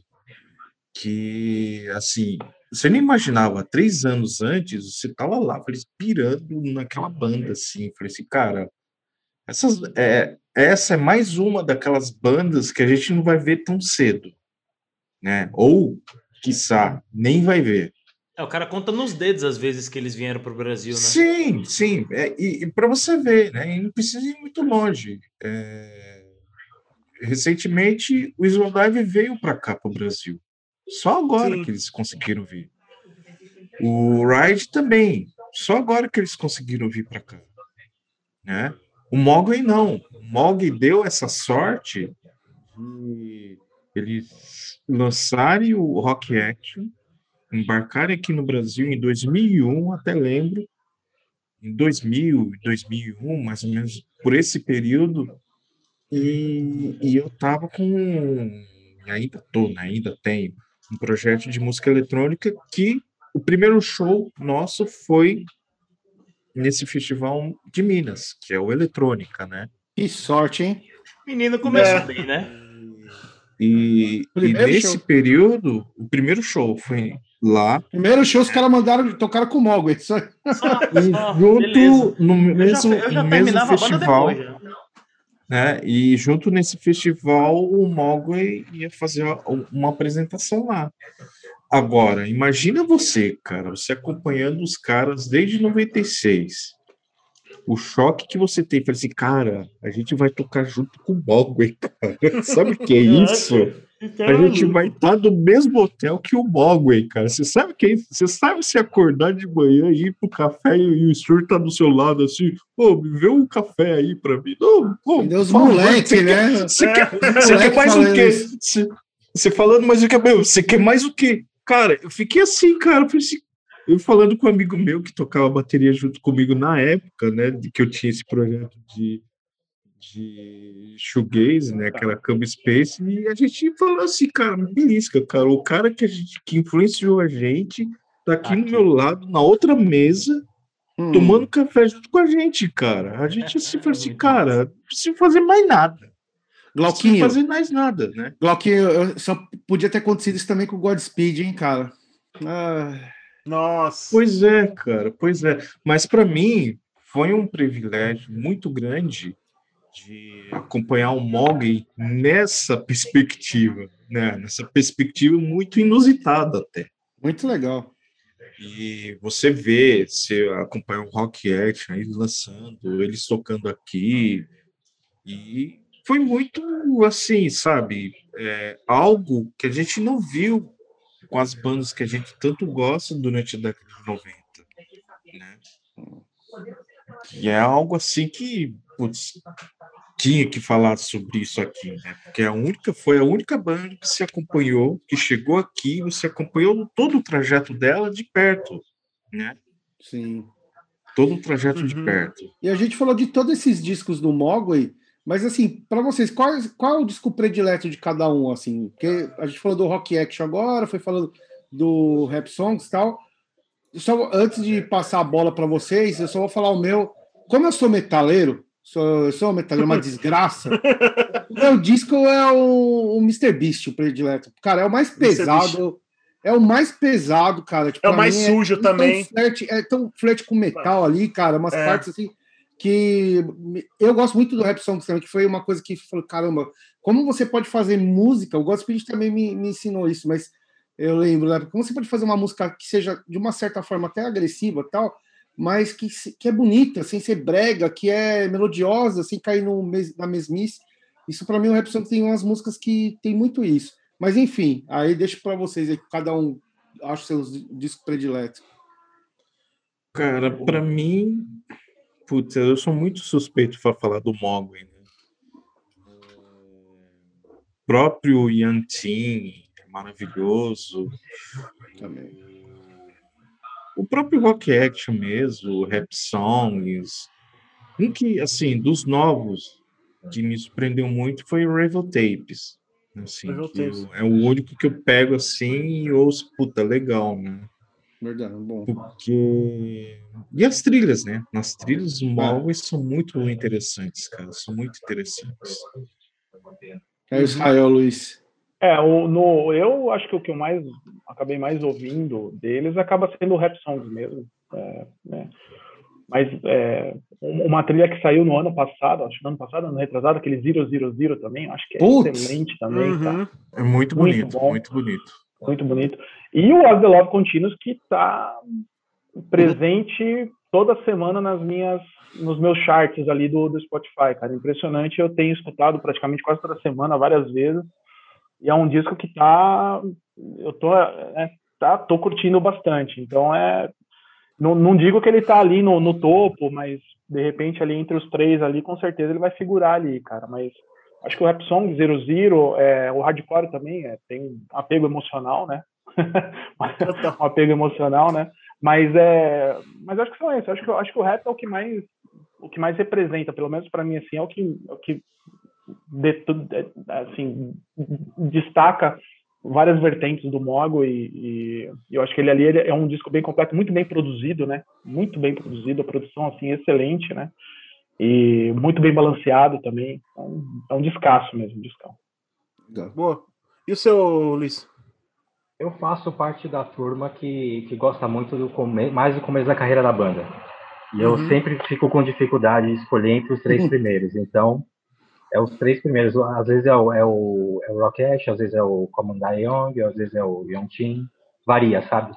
Que, assim, você nem imaginava, três anos antes, você tava lá, falei, pirando naquela banda, assim. Falei assim, cara, essas, é, essa é mais uma daquelas bandas que a gente não vai ver tão cedo, né? Ou, quiçá, nem vai ver. É, o cara conta nos dedos as vezes que eles vieram pro Brasil, né? Sim, sim. É, e e para você ver, né? E não precisa ir muito longe. É, recentemente, o Slowdive veio para cá, para o Brasil. Só agora Sim. que eles conseguiram vir. O Ride também. Só agora que eles conseguiram vir para cá. Né? O Mogwai não. O Mogwai deu essa sorte de eles lançarem o Rock Action, embarcarem aqui no Brasil em dois mil e um, até lembro, em dois mil, dois mil e um, mais ou menos por esse período, e, e eu tava com, e ainda tô, né, ainda tenho, um projeto de música eletrônica que o primeiro show nosso foi nesse festival de Minas, que é o Eletrônica, né? Que sorte, hein? Menino começou É. bem, né? E, e Primeiro nesse show. período, o primeiro show foi lá, Primeiro show, os caras mandaram, tocaram com o Mogwai. Só... Só, e só, beleza. junto no Eu já, mesmo, eu já no mesmo terminava a banda festival, depois. Já. né? E junto nesse festival, o Mogwai ia fazer uma apresentação lá. Agora, imagina você, cara, você acompanhando os caras desde noventa e seis. O choque que você tem, fala assim, cara, a gente vai tocar junto com o Mogwai, cara. Sabe o que é isso? A gente vai estar no mesmo hotel que o Mogwai, cara. Você sabe o que é isso? Você sabe se acordar de manhã e ir pro café e o Stuart tá do seu lado assim, pô, me vê um café aí pra mim. Não, pô, E Deus por favor, moleque, você né? quer, você É, quer, os você quer moleque mais o falando quê? isso. Você, você falando mais o que? Meu, você quer mais o quê? Cara, eu fiquei assim, cara. Eu, falei assim, eu falando com um amigo meu que tocava bateria junto comigo na época, né, de que eu tinha esse projeto de de shoegaze, né, aquela Cub Space, e a gente falou assim, cara, me belisca, cara, o cara que, a gente, que influenciou a gente tá aqui, Aqui. no meu lado, na outra mesa, Hum. tomando café junto com a gente, cara. A gente assim, falou assim, Muito cara, não precisa fazer mais nada. Não precisa Glauquinho, fazer mais nada, né? Glauquinho, eu- só podia ter acontecido isso também com o Godspeed, hein, cara? Ah, Nossa. Pois é, cara, pois é. Mas para mim, foi um privilégio muito grande de acompanhar o Mogwai nessa perspectiva, né? Nessa perspectiva muito inusitada até. muito legal. E você vê, você acompanha o Rock Action, eles lançando, eles tocando aqui, e foi muito assim, sabe? É, algo que a gente não viu com as bandas que a gente tanto gosta durante a década de noventa, né? E é algo assim que, putz, tinha que falar sobre isso aqui, né? Porque a única, foi a única banda que se acompanhou, que chegou aqui, você acompanhou todo o trajeto dela de perto, né? Sim. Todo o trajeto Uhum. de perto. E a gente falou de todos esses discos do Mogwai, mas assim, para vocês, qual, qual é o disco predileto de cada um, assim? Porque a gente falou do Rock Action agora, foi falando do Rap Songs e tal. Só antes de passar a bola para vocês, eu só vou falar o meu. Como eu sou metaleiro, sou, eu sou um metaleiro, uma desgraça. O meu disco é o, o mister Beast, o predileto. Cara, é o mais pesado. É o mais pesado, cara. Tipo, É o mais mim, sujo é, também. Tão flerte, é tão flerte com metal ali, cara. Umas É. partes assim que eu gosto muito do Rap Songs também, que foi uma coisa que falou, caramba, como você pode fazer música? O Godspeed também me, me ensinou isso, mas eu lembro, né? Como você pode fazer uma música que seja de uma certa forma até agressiva e tal, mas que, que é bonita, sem ser brega, que é melodiosa, sem cair no, na mesmice. Isso para mim o Rap Songs tem umas músicas que tem muito isso. Mas enfim, aí deixo para vocês aí, cada um acha seus discos prediletos. Cara, para mim, putz, eu sou muito suspeito para falar do Mogwai, né? O próprio Yantin é maravilhoso. Também. O próprio Rock Action mesmo, Rap Songs. Um que, assim, dos novos, que me surpreendeu muito foi o Revel Tapes. Assim, Revel que Tapes. eu, é o único que eu pego assim e ouço, puta, legal, né? Verdade, bom. Porque... E as trilhas, né? As trilhas do Mogwai são muito interessantes, cara. São muito interessantes. É Israel, Luiz. É, o, no, eu acho que o que eu mais acabei mais ouvindo deles acaba sendo o Rap Songs mesmo. É, né? Mas é, uma trilha que saiu no ano passado, acho que no ano passado, ano retrasado, aquele Zero Zero Zero também, acho que é Putz! excelente também, Uhum. tá? É muito, Muito bonito, bom. muito bonito. Muito bonito. E o As The Love Continues, que tá presente toda semana nas minhas, nos meus charts ali do, do Spotify, cara. Impressionante, eu tenho escutado praticamente quase toda semana, várias vezes. E é um disco que tá, eu tô, é, tá, tô curtindo bastante. Então é, não, não digo que ele tá ali no, no topo, mas de repente ali entre os três ali, com certeza ele vai figurar ali, cara. Mas acho que o Rap Song, Zero Zero, é, o Hardcore também é, tem um apego emocional, né? um apego emocional, né? Mas é, mas acho que são esses. Acho que acho que o rap é o que mais, o que mais representa, pelo menos para mim assim, é o que, é o que de, assim, destaca várias vertentes do Mogwai e, e eu acho que ele ali ele é um disco bem completo, muito bem produzido, né? Muito bem produzido, a produção assim excelente, né? E muito bem balanceado também. Então, é um descasso mesmo, um descasso. Boa. E o seu, Luiz? Eu faço parte da turma que, que gosta muito do come... mais do começo da carreira da banda. E eu Uhum. sempre fico com dificuldade de escolher entre os três primeiros. Então, é os três primeiros. Às vezes é o, é o, é o Rock Ash, às vezes é o Common Young, às vezes é o Yongtin. Varia, sabe?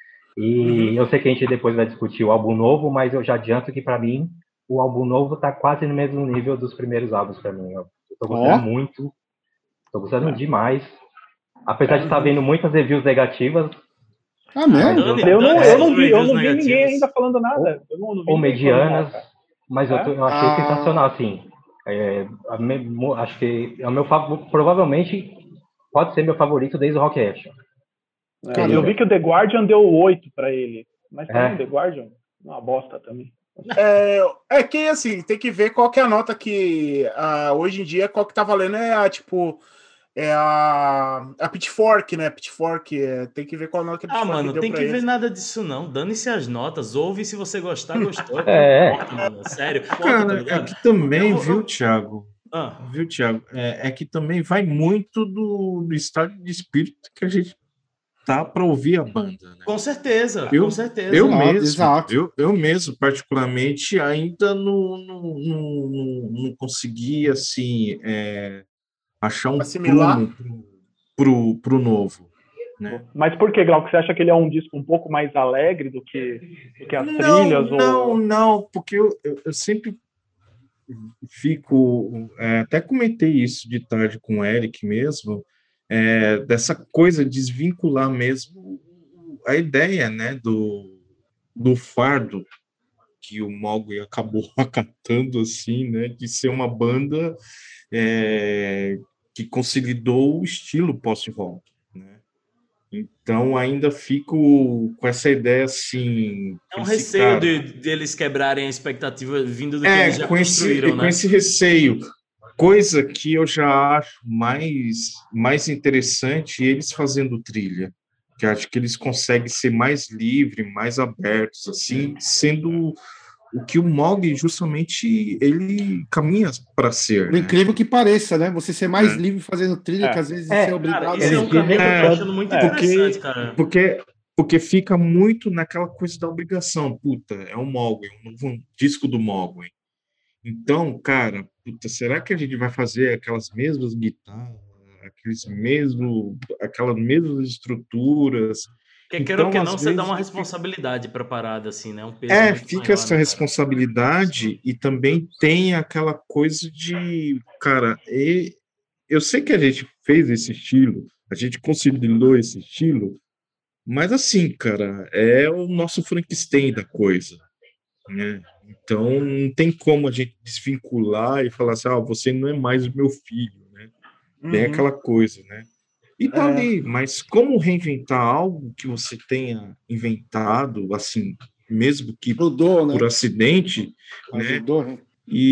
E Uhum. eu sei que a gente depois vai discutir o álbum novo, mas eu já adianto que para mim o álbum novo tá quase no mesmo nível dos primeiros álbuns para mim. Eu tô gostando Ó. muito, tô gostando É. demais. Apesar de estar Uhum. vendo muitas reviews negativas, Ah, mesmo? eu- Dane, Eu não, dane eu essas não vi, eu reviews não vi ninguém negativas. ainda falando nada. Eu não, não vi ou ninguém falando mal, medianas, cara. mas eu, É? tô- eu achei Ah. sensacional, assim. É, a me- mo- acho que é o meu favorito, provavelmente pode ser meu favorito desde o Rock Action. É, Cara, eu vi que o The Guardian deu oito pra ele, mas também É. o The Guardian é uma bosta também. É, é que assim, tem que ver qual que é a nota que ah, hoje em dia, qual que tá valendo é a, tipo, é a, a Pitchfork, né? Pitchfork, é, tem que ver qual nota que a Ah, Pitchfork mano, deu tem pra que ver eles. nada disso não. Dane-se as notas. Ouve se você gostar, gostou. É que É. importa, mano. Sério, importa, tá Cara, é ligado? que também, Eu- viu, eu- Thiago? Ah, Viu, Thiago? É, é que também vai muito do, do estado de espírito que a gente tá para ouvir a banda, né? com certeza, Eu, com certeza. eu Exato, mesmo, exato. eu, eu mesmo, particularmente, ainda não, não, não, não, não consegui, assim, é, achar um Assimilar. prumo pro, pro, pro novo, né? Mas por que, Glauco? Você acha que ele é um disco um pouco mais alegre do que, do que as Não, trilhas? não, Ou... não, porque eu, eu, eu sempre fico, é, até comentei isso de tarde com o Eric mesmo, é, dessa coisa de desvincular mesmo a ideia, né, do, do fardo que o Mogwai acabou acatando, assim, né, de ser uma banda é, que consolidou o estilo post-rock, né? Então ainda fico com essa ideia assim, É um esse receio cara, de, deles quebrarem a expectativa vindo do que é eles já com esse, construíram, com né? esse receio, coisa que eu já acho mais, mais interessante eles fazendo trilha, que acho que eles conseguem ser mais livres, mais abertos, assim, sendo o que o Mog justamente ele caminha para ser, Por né? incrível que pareça, né? Você ser mais É. livre fazendo trilha que É. às vezes É, ser Cara, obrigado a isso é eles um escutar. caminho que eu tô dizem É, achando muito é. interessante, Porque, cara. porque, porque fica muito naquela coisa da obrigação. Puta, é um Mogwai, um novo disco do Mogwai. Então, cara, puta, será que a gente vai fazer aquelas mesmas guitarras, aqueles mesmo, aquelas mesmas estruturas? Porque queira ou Então, que às não, você dá vezes, uma fica, responsabilidade pra parada, assim, né? Um peso é, muito fica maior, essa né, cara? responsabilidade e também tem aquela coisa de, cara, e, eu sei que a gente fez esse estilo, a gente consolidou esse estilo, mas assim, cara, é o nosso Frankenstein da coisa, né? Então não tem como a gente desvincular e falar assim, ah, você não é mais o meu filho, né? Tem Uhum. aquela coisa, né? E tá É. ali, mas como reinventar algo que você tenha inventado, assim, mesmo que Ajudou, por né? acidente, né? Ajudou, né?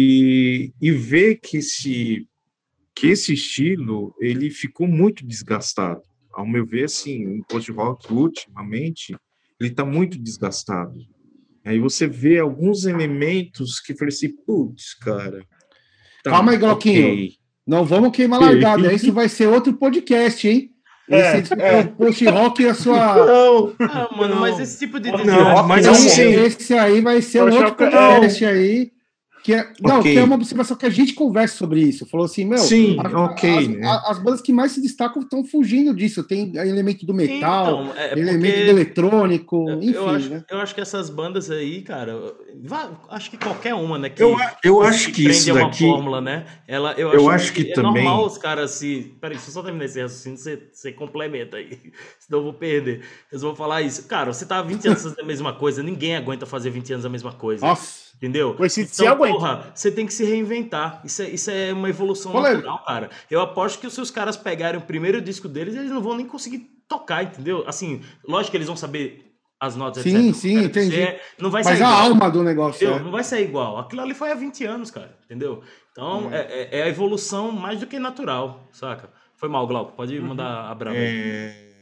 E, e ver que esse, que esse estilo, ele ficou muito desgastado. Ao meu ver, assim, o post-rock, ultimamente, ele está muito desgastado. Aí você vê alguns elementos que falei assim, putz, cara, Calma tá, aí, Glauquinho. ok. Não vamos queimar largada. Isso vai ser outro podcast, hein? Esse É, é. o post-rock e a sua. Não, Ah, mano, mas não, esse tipo de não, discurso mas Esse aí, aí, assim, esse aí vai ser um Poxa, outro é. podcast aí. Que é, não, que é uma ok. observação que a gente conversa sobre isso. Falou assim, meu, Sim, as, ok, as, né? as bandas que mais se destacam estão fugindo disso. Tem elemento do metal, então, é elemento do porque eletrônico, eu enfim, acho, né? eu acho que essas bandas aí, cara, vá- acho que qualquer uma, né, Eu, que, a- eu que acho se que prende isso a uma daqui, fórmula, né? Ela, eu eu acho acho que que é normal também, os caras se. Peraí, deixa eu só terminar esse raciocínio, você, você complementa aí, senão eu vou perder. Eles vão falar isso. Cara, você tá há vinte anos fazendo a mesma coisa, ninguém aguenta fazer vinte anos a mesma coisa. Nossa, Entendeu? O A C/D C Então, aguenta. porra, você tem que se reinventar. Isso é, isso é uma evolução polêmica. natural, cara. Eu aposto que se os caras pegarem o primeiro disco deles, eles não vão nem conseguir tocar, entendeu? Assim, lógico que eles vão saber as notas, Sim, etcétera. O que eu sim, quero entendi. dizer é, não vai Mas sair a igual. alma do negócio Entendeu? é. Não vai sair igual. Aquilo ali foi há vinte anos, cara. Entendeu? Então, é, é- é a evolução mais do que natural, saca? Foi mal, Glauco. Pode Uhum. mandar a braba aí. é,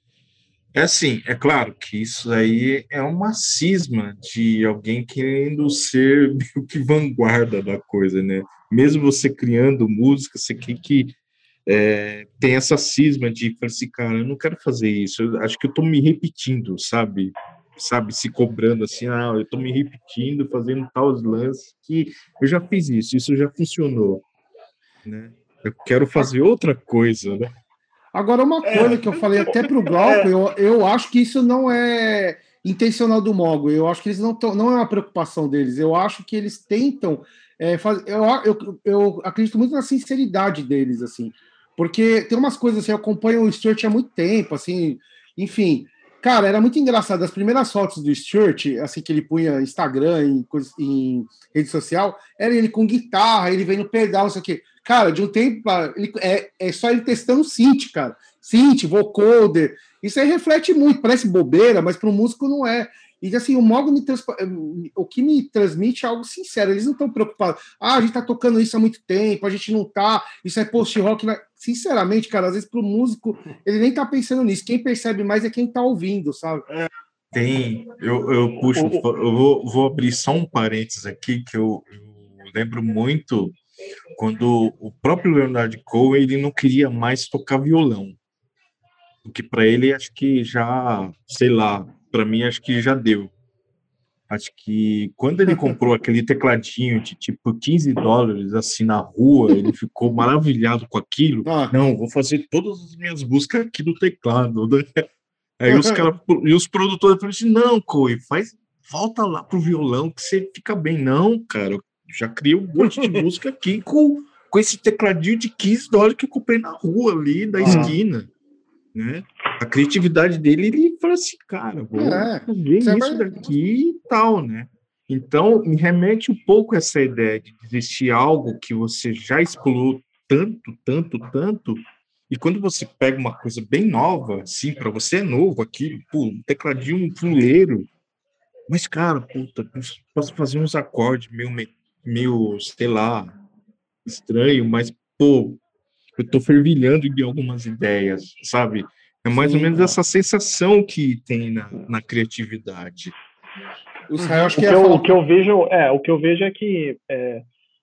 é assim, é claro que isso aí é uma cisma de alguém querendo ser meio que vanguarda da coisa, né? Mesmo você criando música, você quer que é, tem essa cisma de falar assim, cara, eu não quero fazer isso, eu acho que eu tô me repetindo, sabe? Sabe, se cobrando assim, ah, eu tô me repetindo, fazendo tais lances que eu já fiz isso, isso já funcionou, né? Eu quero fazer outra coisa, né? Agora, uma É, coisa que eu falei até pro Glauco, é, eu, eu acho que isso não é intencional do Mogwai. Eu acho que eles não tão, não é uma preocupação deles. Eu acho que eles tentam é, fazer. Eu, eu, eu acredito muito na sinceridade deles, assim, porque tem umas coisas assim. Eu acompanho o Stuart há muito tempo, assim, enfim. Cara, era muito engraçado. As primeiras fotos do Stuart, assim, que ele punha Instagram, em, coisa- em rede social, era ele com guitarra, ele vendo pedal, não sei o quê. Cara, de um tempo pra- ele, é, é só ele testando synth, cara. Synth, vocoder. Isso aí reflete muito, parece bobeira, mas para o músico não é. E assim, o Mogo me transpa... o que me transmite é algo sincero. Eles não estão preocupados. Ah, a gente tá tocando isso há muito tempo, a gente não tá, isso é post-rock. Né? Sinceramente, cara, às vezes para o músico, ele nem tá pensando nisso. Quem percebe mais é quem tá ouvindo, sabe? Tem, eu, eu puxo, O- o- eu vou, vou abrir só um parênteses aqui, que eu, eu lembro muito quando o próprio Leonard Cohen, ele não queria mais tocar violão, porque para ele acho que já, sei lá, para mim acho que já deu. Acho que quando ele comprou aquele tecladinho de tipo quinze dólares assim na rua, ele ficou maravilhado com aquilo. Ah. Não, vou fazer todas as minhas músicas aqui no teclado, né? Aí os caras e os produtores falaram assim: não, Coen, faz, volta lá pro violão que você fica bem. Não, cara, eu já criei um monte de música aqui com, com esse tecladinho de quinze dólares que eu comprei na rua ali, da Ah. esquina, né? A criatividade dele, ele fala assim, cara, vou É, fazer você isso vai- daqui e tal, né? Então, me remete um pouco a essa ideia de existir algo que você já explorou tanto, tanto, tanto, e quando você pega uma coisa bem nova, assim, para você é novo aquilo, pô, um tecladinho um fuleiro, mas, cara, puta, posso fazer uns acordes meio, meio, sei lá, estranho, mas, pô, eu tô fervilhando de algumas ideias, sabe? É mais Sim, ou menos é. essa sensação que tem na, na criatividade. O Israel, acho O que que, ia eu, falar. o que eu vejo é o que eu vejo é que é,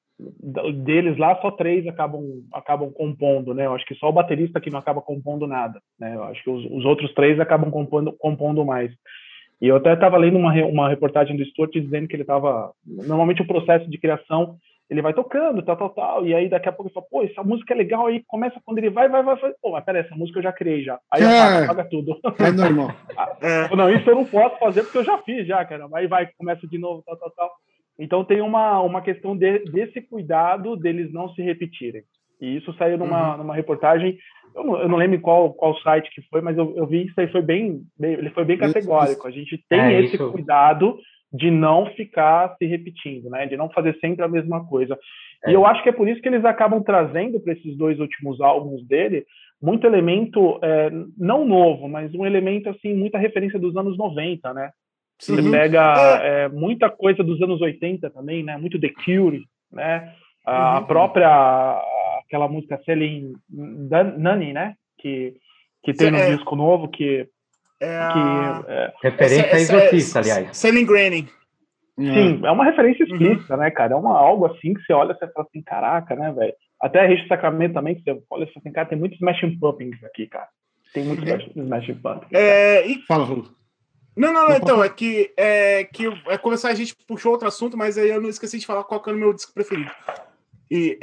deles lá só três acabam acabam compondo, né? Eu acho que só o baterista que não acaba compondo nada, né? Eu acho que os, os outros três acabam compondo, compondo mais. E eu até estava lendo uma, uma reportagem do Stuart dizendo que ele estava normalmente o processo de criação ele vai tocando, tal, tal, tal, e aí daqui a pouco ele fala, pô, essa música é legal, aí começa quando ele vai, vai, vai, vai, pô, mas peraí, essa música eu já criei já. Aí É. apaga, apaga tudo. É normal. É. Não, isso eu não posso fazer porque eu já fiz já, cara. Aí vai, começa de novo, tal, tal, tal. Então tem uma, uma questão de, desse cuidado deles não se repetirem. E isso saiu numa, Uhum. numa reportagem, eu não, eu não lembro qual, qual site que foi, mas eu, eu vi isso aí, foi bem, bem, ele foi bem categórico. A gente tem É, esse isso- cuidado de não ficar se repetindo, né? De não fazer sempre a mesma coisa. É. E eu acho que é por isso que eles acabam trazendo para esses dois últimos álbuns dele muito elemento, é, não novo, mas um elemento, assim, muita referência dos anos noventa, né? Você Sim. pega É. é, muita coisa dos anos oitenta também, né? Muito The Cure, né? A Uhum. própria, aquela música Selling Nani, né? Que, que tem no É. disco novo, que... É que a... é, Referência a essa- essa- exorcista, aliás. Selling Granny. sim, é uma referência Uhum. explícita, né, cara? É uma, algo assim que você olha e você fala assim, caraca, né, velho? Até a Rede Sacramento também, que você olha e fala assim, cara, tem muitos Smashing Pumpkins aqui, cara. Tem muitos Smashing Pumpkins. cara. É, e- Fala, Rolo. Não, não, não, Não, então, pode é que, é que eu- é começar, a gente puxou outro assunto, mas aí eu não esqueci de falar qual que é o meu disco preferido. E...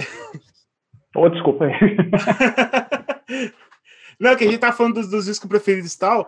Ô, desculpa aí. Não, que a gente tá falando dos, dos discos preferidos e tal,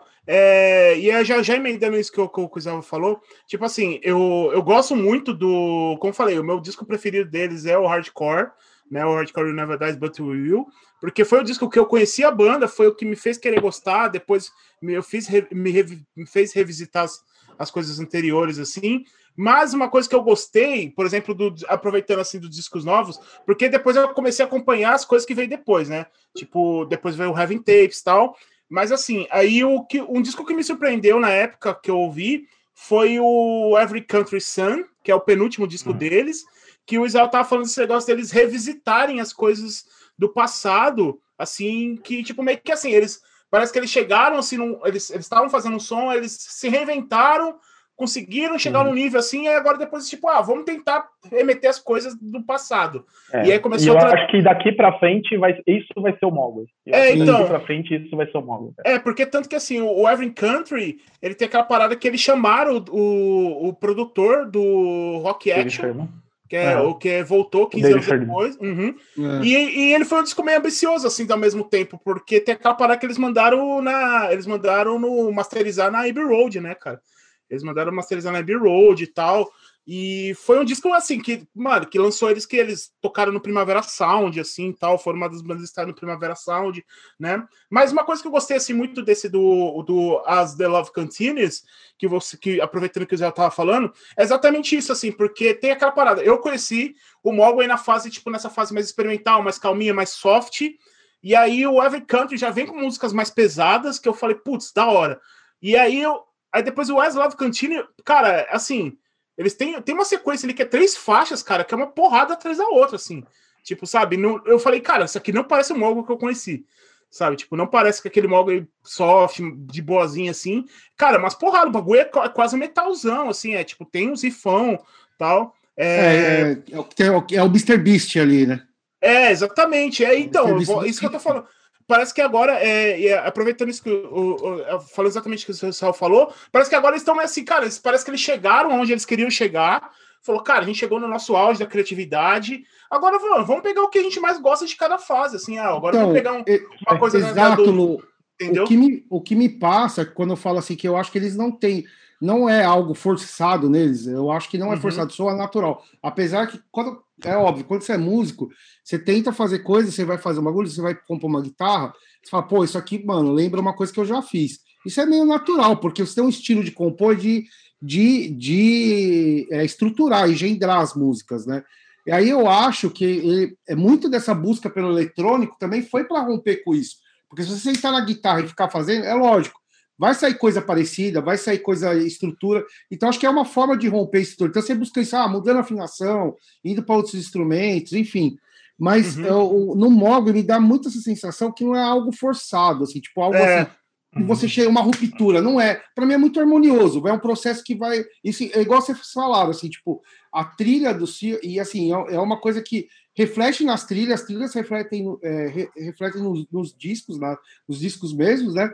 é, e eu já, já emendando isso que o, que o Kuzama falou, tipo assim, eu, eu gosto muito do, como eu falei, o meu disco preferido deles é o Hardcore, né, o Hardcore Will Never Dies But We Will, porque foi o disco que eu conheci a banda, foi o que me fez querer gostar, depois me, eu fiz, me, revi, me fez revisitar as, as coisas anteriores, assim, mas uma coisa que eu gostei, por exemplo, do, aproveitando assim dos discos novos, porque depois eu comecei a acompanhar as coisas que veio depois, né? Tipo, depois veio o Heaven Tapes e tal. Mas assim, aí o que, um disco que me surpreendeu na época que eu ouvi foi o Every Country Sun, que é o penúltimo disco Uhum. deles, que o Israel tava falando desse negócio deles revisitarem as coisas do passado, assim, que tipo, meio que assim, eles parece que eles chegaram assim, num, eles estavam fazendo um som, eles se reinventaram, conseguiram chegar Uhum. num nível assim, e agora depois, tipo, ah, vamos tentar remeter as coisas do passado. É, E aí e começou eu a tra... acho que daqui pra frente vai, isso vai ser o Mogwai. Eu É, acho que então- daqui pra frente isso vai ser o Mogwai. É, porque tanto que assim, o Every Country, ele tem aquela parada que eles chamaram o, o, o produtor do Rock David Action, Sherman. que, é, Aham. o que voltou quinze David anos Sherman. depois. Uhum. É. E, e ele foi um disco meio ambicioso, assim, ao mesmo tempo, porque tem aquela parada que eles mandaram na. Eles mandaram no masterizar na Abbey Road, né, cara? Eles mandaram masterizar na Abbey Road e tal. E foi um disco, assim, que, mano, que lançou eles que eles tocaram no Primavera Sound, assim, tal. Foram uma das bandas que estavam no Primavera Sound, né? Mas uma coisa que eu gostei, assim, muito desse do, do As The Love Continues, que você, que aproveitando que eu já tava falando, é exatamente isso, assim, porque tem aquela parada. Eu conheci o Mogwai na fase, tipo, nessa fase mais experimental, mais calminha, mais soft. E aí o Every Country já vem com músicas mais pesadas, que eu falei, putz, da hora. E aí eu. Aí depois o As Love Continue, cara, assim, eles têm, têm uma sequência ali que é três faixas, cara, que é uma porrada atrás da outra, assim. Tipo, sabe? Não, eu falei, cara, isso aqui não parece o Mogwai que eu conheci. Sabe? Tipo, não parece que aquele Mogwai soft, de boazinha, assim. Cara, mas porrada, o bagulho é, é quase metalzão, assim. É tipo, tem um zifão tal. É, É, é, é, o que tem- é o- é o mister Beast ali, né? é, exatamente. É, então, eu vou- Serviço isso que eu tô falando. Parece que agora, é, é, aproveitando isso que o, o, o falando exatamente o que o pessoal falou, parece que agora eles estão assim, cara, eles, parece que eles chegaram onde eles queriam chegar. Falou, cara, a gente chegou no nosso auge da criatividade. Agora vamos, vamos pegar o que a gente mais gosta de cada fase, assim. Ah, agora Então, vamos pegar um, é- uma coisa da- exato, do- Lu. entendeu? O que, me, o que me passa quando eu falo assim que eu acho que eles não têm, não é algo forçado neles, eu acho que não é Uhum. forçado, soa natural. Apesar que, quando, é óbvio, quando você é músico, você tenta fazer coisas, você vai fazer um bagulho, você vai compor uma guitarra, você fala, pô, isso aqui, mano, lembra uma coisa que eu já fiz. Isso é meio natural, porque você tem um estilo de compor de, de, de é, estruturar, engendrar as músicas, né? E aí eu acho que ele, é muito dessa busca pelo eletrônico também foi para romper com isso. Porque se você sentar na guitarra e ficar fazendo, é lógico, vai sair coisa parecida, vai sair coisa estrutura. Então, acho que é uma forma de romper estrutura. Então, você busca isso, ah, mudando a afinação, indo para outros instrumentos, enfim. Mas uhum. eu, no Mogwai me dá muito essa sensação que não é algo forçado, assim, tipo, algo é. assim. E você chega a uma ruptura, não é? Para mim é muito harmonioso, é um processo que vai. Isso é igual vocês falaram, assim, tipo, a trilha do Cio, e assim, é uma coisa que reflete nas trilhas, as trilhas refletem, é, refletem nos, nos discos, na, nos discos mesmos, né?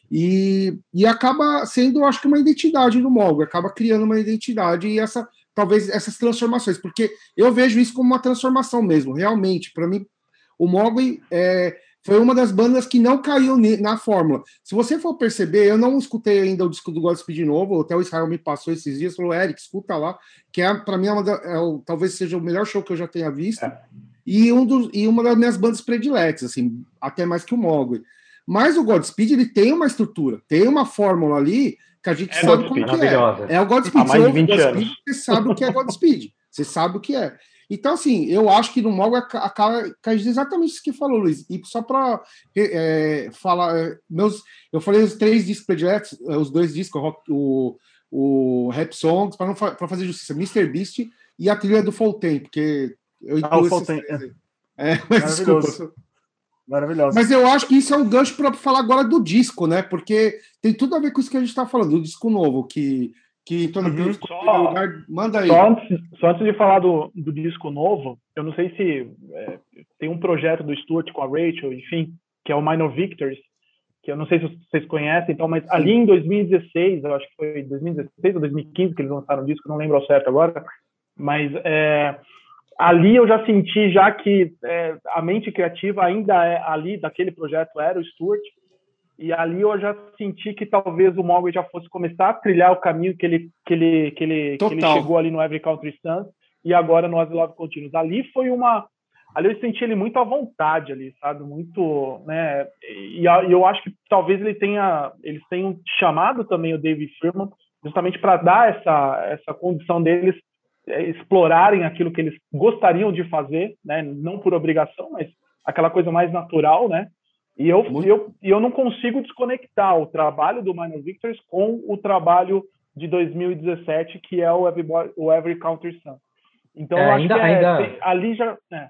E, e acaba sendo, acho que, uma identidade no Mogwai, acaba criando uma identidade e essa, talvez essas transformações, porque eu vejo isso como uma transformação mesmo, realmente. Para mim, o Mogwai é. Foi uma das bandas que não caiu na fórmula. Se você for perceber, eu não escutei ainda o disco do Godspeed novo, até o Israel me passou esses dias, falou, Eric, escuta lá, que é, para mim, é uma da, é, talvez seja o melhor show que eu já tenha visto, é. e, um dos, e uma das minhas bandas prediletas, assim, até mais que o Mogwai. Mas o Godspeed, ele tem uma estrutura, tem uma fórmula ali que a gente é sabe como que é. É o Godspeed. Você ouve o Godspeed, você sabe o que é Godspeed. Você sabe o que é. Então, assim, eu acho que no Mogwai acaba exatamente isso que falou, Luiz. E só para é, falar, meus, eu falei os três discos prediletos, os dois discos, o, o Rap Songs, para fazer justiça, mister Beast e a trilha do Fontaine, porque eu ah, o Fontaine. É, mas Maravilhoso. Desculpa. Maravilhoso. Mas eu acho que isso é um gancho para falar agora do disco, né? Porque tem tudo a ver com isso que a gente está falando, do disco novo, que. Que então, uhum. só, lugar, manda aí. Só antes, só antes de falar do, do disco novo, eu não sei se é, tem um projeto do Stuart com a Rachel, enfim, que é o Minor Victories, que eu não sei se vocês conhecem, então, mas Sim. ali em dois mil e dezesseis, eu acho que foi dois mil e dezesseis ou dois mil e quinze que eles lançaram o disco, não lembro ao certo agora, mas é, ali eu já senti já que é, a mente criativa ainda é ali, daquele projeto era o Stuart, e ali eu já senti que talvez o Mogwai já fosse começar a trilhar o caminho que ele, que ele, que ele, que ele chegou ali no Every Country Sun e agora no As Love Continues. Ali foi uma... Ali eu senti ele muito à vontade ali, sabe? Muito, né? E, e eu acho que talvez ele tenha... Eles tenham chamado também o David Firman justamente para dar essa, essa condição deles é, explorarem aquilo que eles gostariam de fazer, né? Não por obrigação, mas aquela coisa mais natural, né? E eu, eu, eu não consigo desconectar o trabalho do Minor Victories com o trabalho de dois mil e dezessete, que é o Every, o Every Country Sun. Então, é, eu ainda, acho que é, ainda, tem, ali já... É.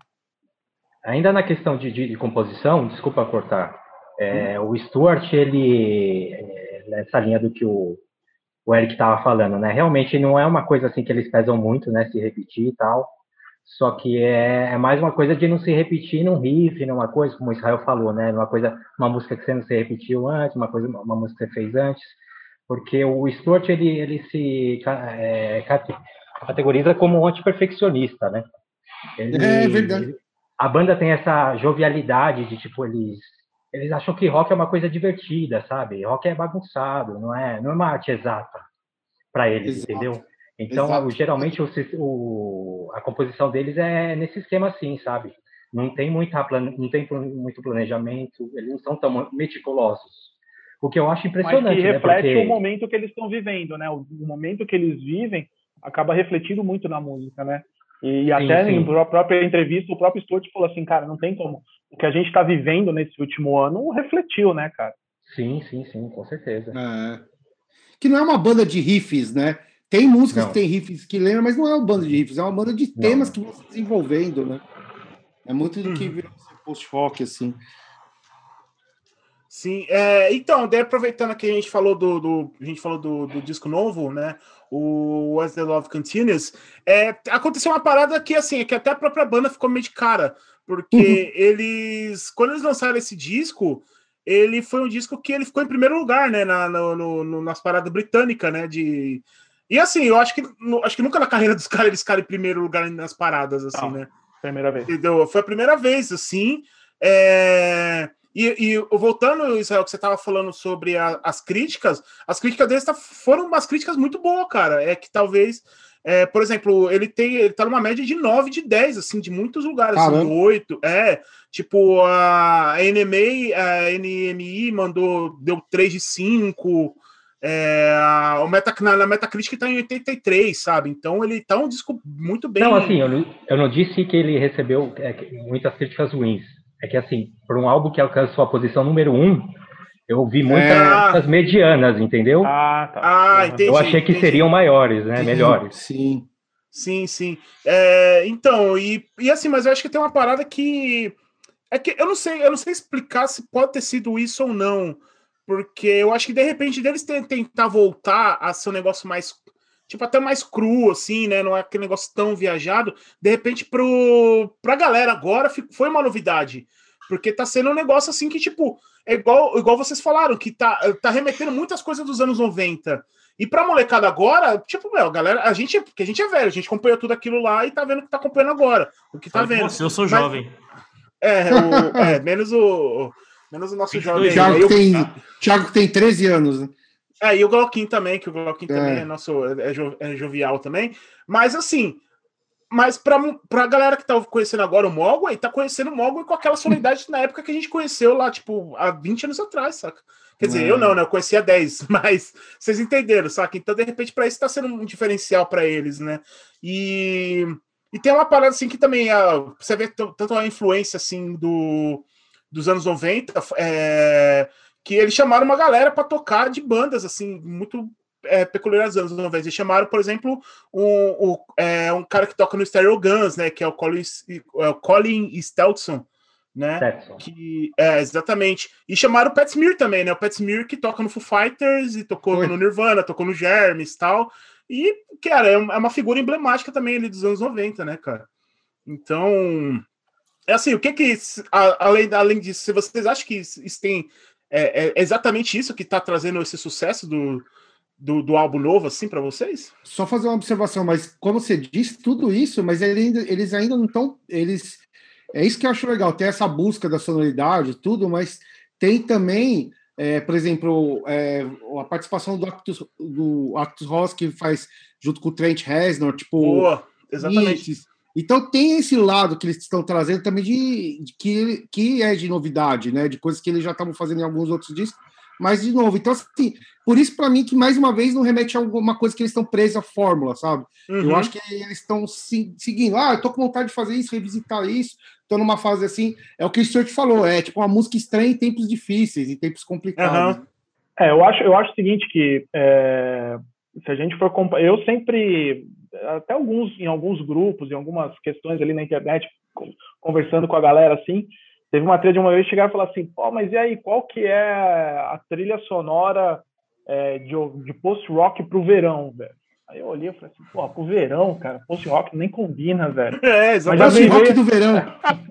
Ainda na questão de, de, de composição, desculpa cortar, é, hum. o Stuart, ele... Nessa linha do que o, o Eric estava falando, né? Realmente não é uma coisa assim que eles pesam muito, né? Se repetir e tal. Só que é, é mais uma coisa de não se repetir num riff, numa coisa, como o Israel falou, né? Uma coisa, uma música que você não se repetiu antes, uma coisa, uma música que você fez antes, porque o Stuart ele, ele se é, categoriza como um antiperfeccionista, né? Ele, é verdade. Ele, a banda tem essa jovialidade de tipo eles eles acham que rock é uma coisa divertida, sabe? Rock é bagunçado, não é, não é uma arte exata para eles, Exato. Entendeu? Então, Exato. geralmente, o, o, a composição deles é nesse esquema assim, sabe? Não tem, muita, não tem muito planejamento, eles não são tão meticulosos. O que eu acho impressionante, Mas que reflete né? Porque... o momento que eles estão vivendo, né? O, o momento que eles vivem acaba refletindo muito na música, né? E, e até sim, sim. Na própria entrevista, o próprio Stuart falou assim, cara, não tem como. O que a gente está vivendo nesse último ano refletiu, né, cara? Sim, sim, sim, com certeza. É. Que não é uma banda de riffs, né? Tem músicas não. que tem riffs que lembram, mas não é uma banda de riffs, é uma banda de temas não. que vão se desenvolvendo, né? É muito do que virou post-rock, assim. Sim, é, então, daí aproveitando que a gente falou do, do a gente falou do, do disco novo, né? O As the Love Continues, é, aconteceu uma parada que assim, que até a própria banda ficou meio de cara, porque uhum. eles, quando eles lançaram esse disco, ele foi um disco que ele ficou em primeiro lugar, né? Na, no, no, nas paradas britânicas, né? De E assim, eu acho que, acho que nunca na carreira dos caras eles ficaram em primeiro lugar nas paradas, assim, Não, né? Primeira vez. Entendeu? Foi a primeira vez, assim. É... E, e voltando, Israel, que você estava falando sobre a, as críticas, as críticas deles tá, foram umas críticas muito boas, cara. É que talvez, é, por exemplo, ele tem, ele tá numa média de nove de dez, assim, de muitos lugares, assim, de oito. É, tipo, a N M A, a N M I mandou, deu três de cinco. É, o Meta, na, na Metacritic tá em oitenta e três, sabe? Então ele tá um disco muito bem... Não, assim, eu não, eu não disse que ele recebeu é, muitas críticas ruins. É que, assim, por um álbum que alcançou a posição número um, eu ouvi muitas É. medianas, entendeu? Ah, tá. Ah, Uhum. entendi. Eu achei que entendi. seriam maiores, né? Sim, Melhores. Sim. Sim, sim. É, então, e, e assim, mas eu acho que tem uma parada que... É que eu não sei, eu não sei explicar se pode ter sido isso ou não. Porque eu acho que, de repente, deles tentar voltar a ser um negócio mais... Tipo, até mais cru, assim, né? Não é aquele negócio tão viajado. De repente, pro, pra galera agora, foi uma novidade. Porque tá sendo um negócio, assim, que, tipo... É igual, igual vocês falaram, que tá, tá remetendo muitas coisas dos anos noventa. E pra molecada agora, tipo, meu, galera, a gente, porque a gente é velho, a gente acompanhou tudo aquilo lá e tá vendo o que tá acompanhando agora. O que tá Fale por vendo. você, eu sou Mas- jovem. É, o, é menos o... Menos o nosso vinte e jovem dois aí. Thiago né? E o- tem, Thiago tem treze anos, né? É, e o Glauquinho também, que o Glauquinho É. também é nosso, é, jo- é jovial também. Mas assim, mas pra, pra galera que tá conhecendo agora o Mogwai, tá conhecendo o Mogwai com aquela sonoridade na época que a gente conheceu lá, tipo, há vinte anos atrás, saca? Quer dizer, É. eu não, né? Eu conhecia dez, mas vocês entenderam, saca? Então, de repente, pra isso tá sendo um diferencial pra eles, né? E, e tem uma parada assim que também, a, você vê t- tanto a influência assim do, dos anos noventa, é, que eles chamaram uma galera pra tocar de bandas, assim, muito é, peculiares dos anos noventa. Eles chamaram, por exemplo, um, um, é, um cara que toca no Stereo Guns, né? Que é o Colin, é o Colin Stelson, né? Stetson. Que, é, exatamente. E chamaram o Pat Smear também, né? O Pat Smear que toca no Foo Fighters e tocou Foi. no Nirvana, tocou no Germs e tal. E, cara, é uma figura emblemática também ali dos anos noventa, né, cara? Então, é assim, o que que, a- além, além disso, se vocês acham que isso isso tem, é, é exatamente isso que tá trazendo esse sucesso do, do, do álbum novo, assim, pra vocês? Só fazer uma observação, mas como você disse, tudo isso, mas ele ainda- eles ainda não estão. Eles, é isso que eu acho legal, tem essa busca da sonoridade, tudo, mas tem também, é, por exemplo, é, a participação do Actus, do Actus Ross, que faz junto com o Trent Reznor, tipo. Boa, exatamente. Isso. Então tem esse lado que eles estão trazendo também de, de que, que é de novidade, né? De coisas que eles já estavam fazendo em alguns outros discos, mas de novo. Então, assim, por isso, para mim, que mais uma vez não remete a alguma coisa que eles estão presos à fórmula, sabe? Uhum. Eu acho que eles estão se, seguindo. Ah, eu tô com vontade de fazer isso, revisitar isso, tô numa fase assim. É o que o senhor te falou, é tipo uma música estranha em tempos difíceis, em tempos complicados. Uhum. É, eu acho, eu acho o seguinte, que é, se a gente for comparar, eu sempre, até alguns, em alguns grupos, em algumas questões ali na internet, conversando com a galera assim, teve uma trilha de uma vez chegar e falar assim, pô, mas e aí, qual que é a trilha sonora é, de, de post-rock pro verão, velho? Aí eu olhei e falei assim, pô, pro verão, cara, post-rock nem combina, velho. É, Mas exatamente. já rock do verão.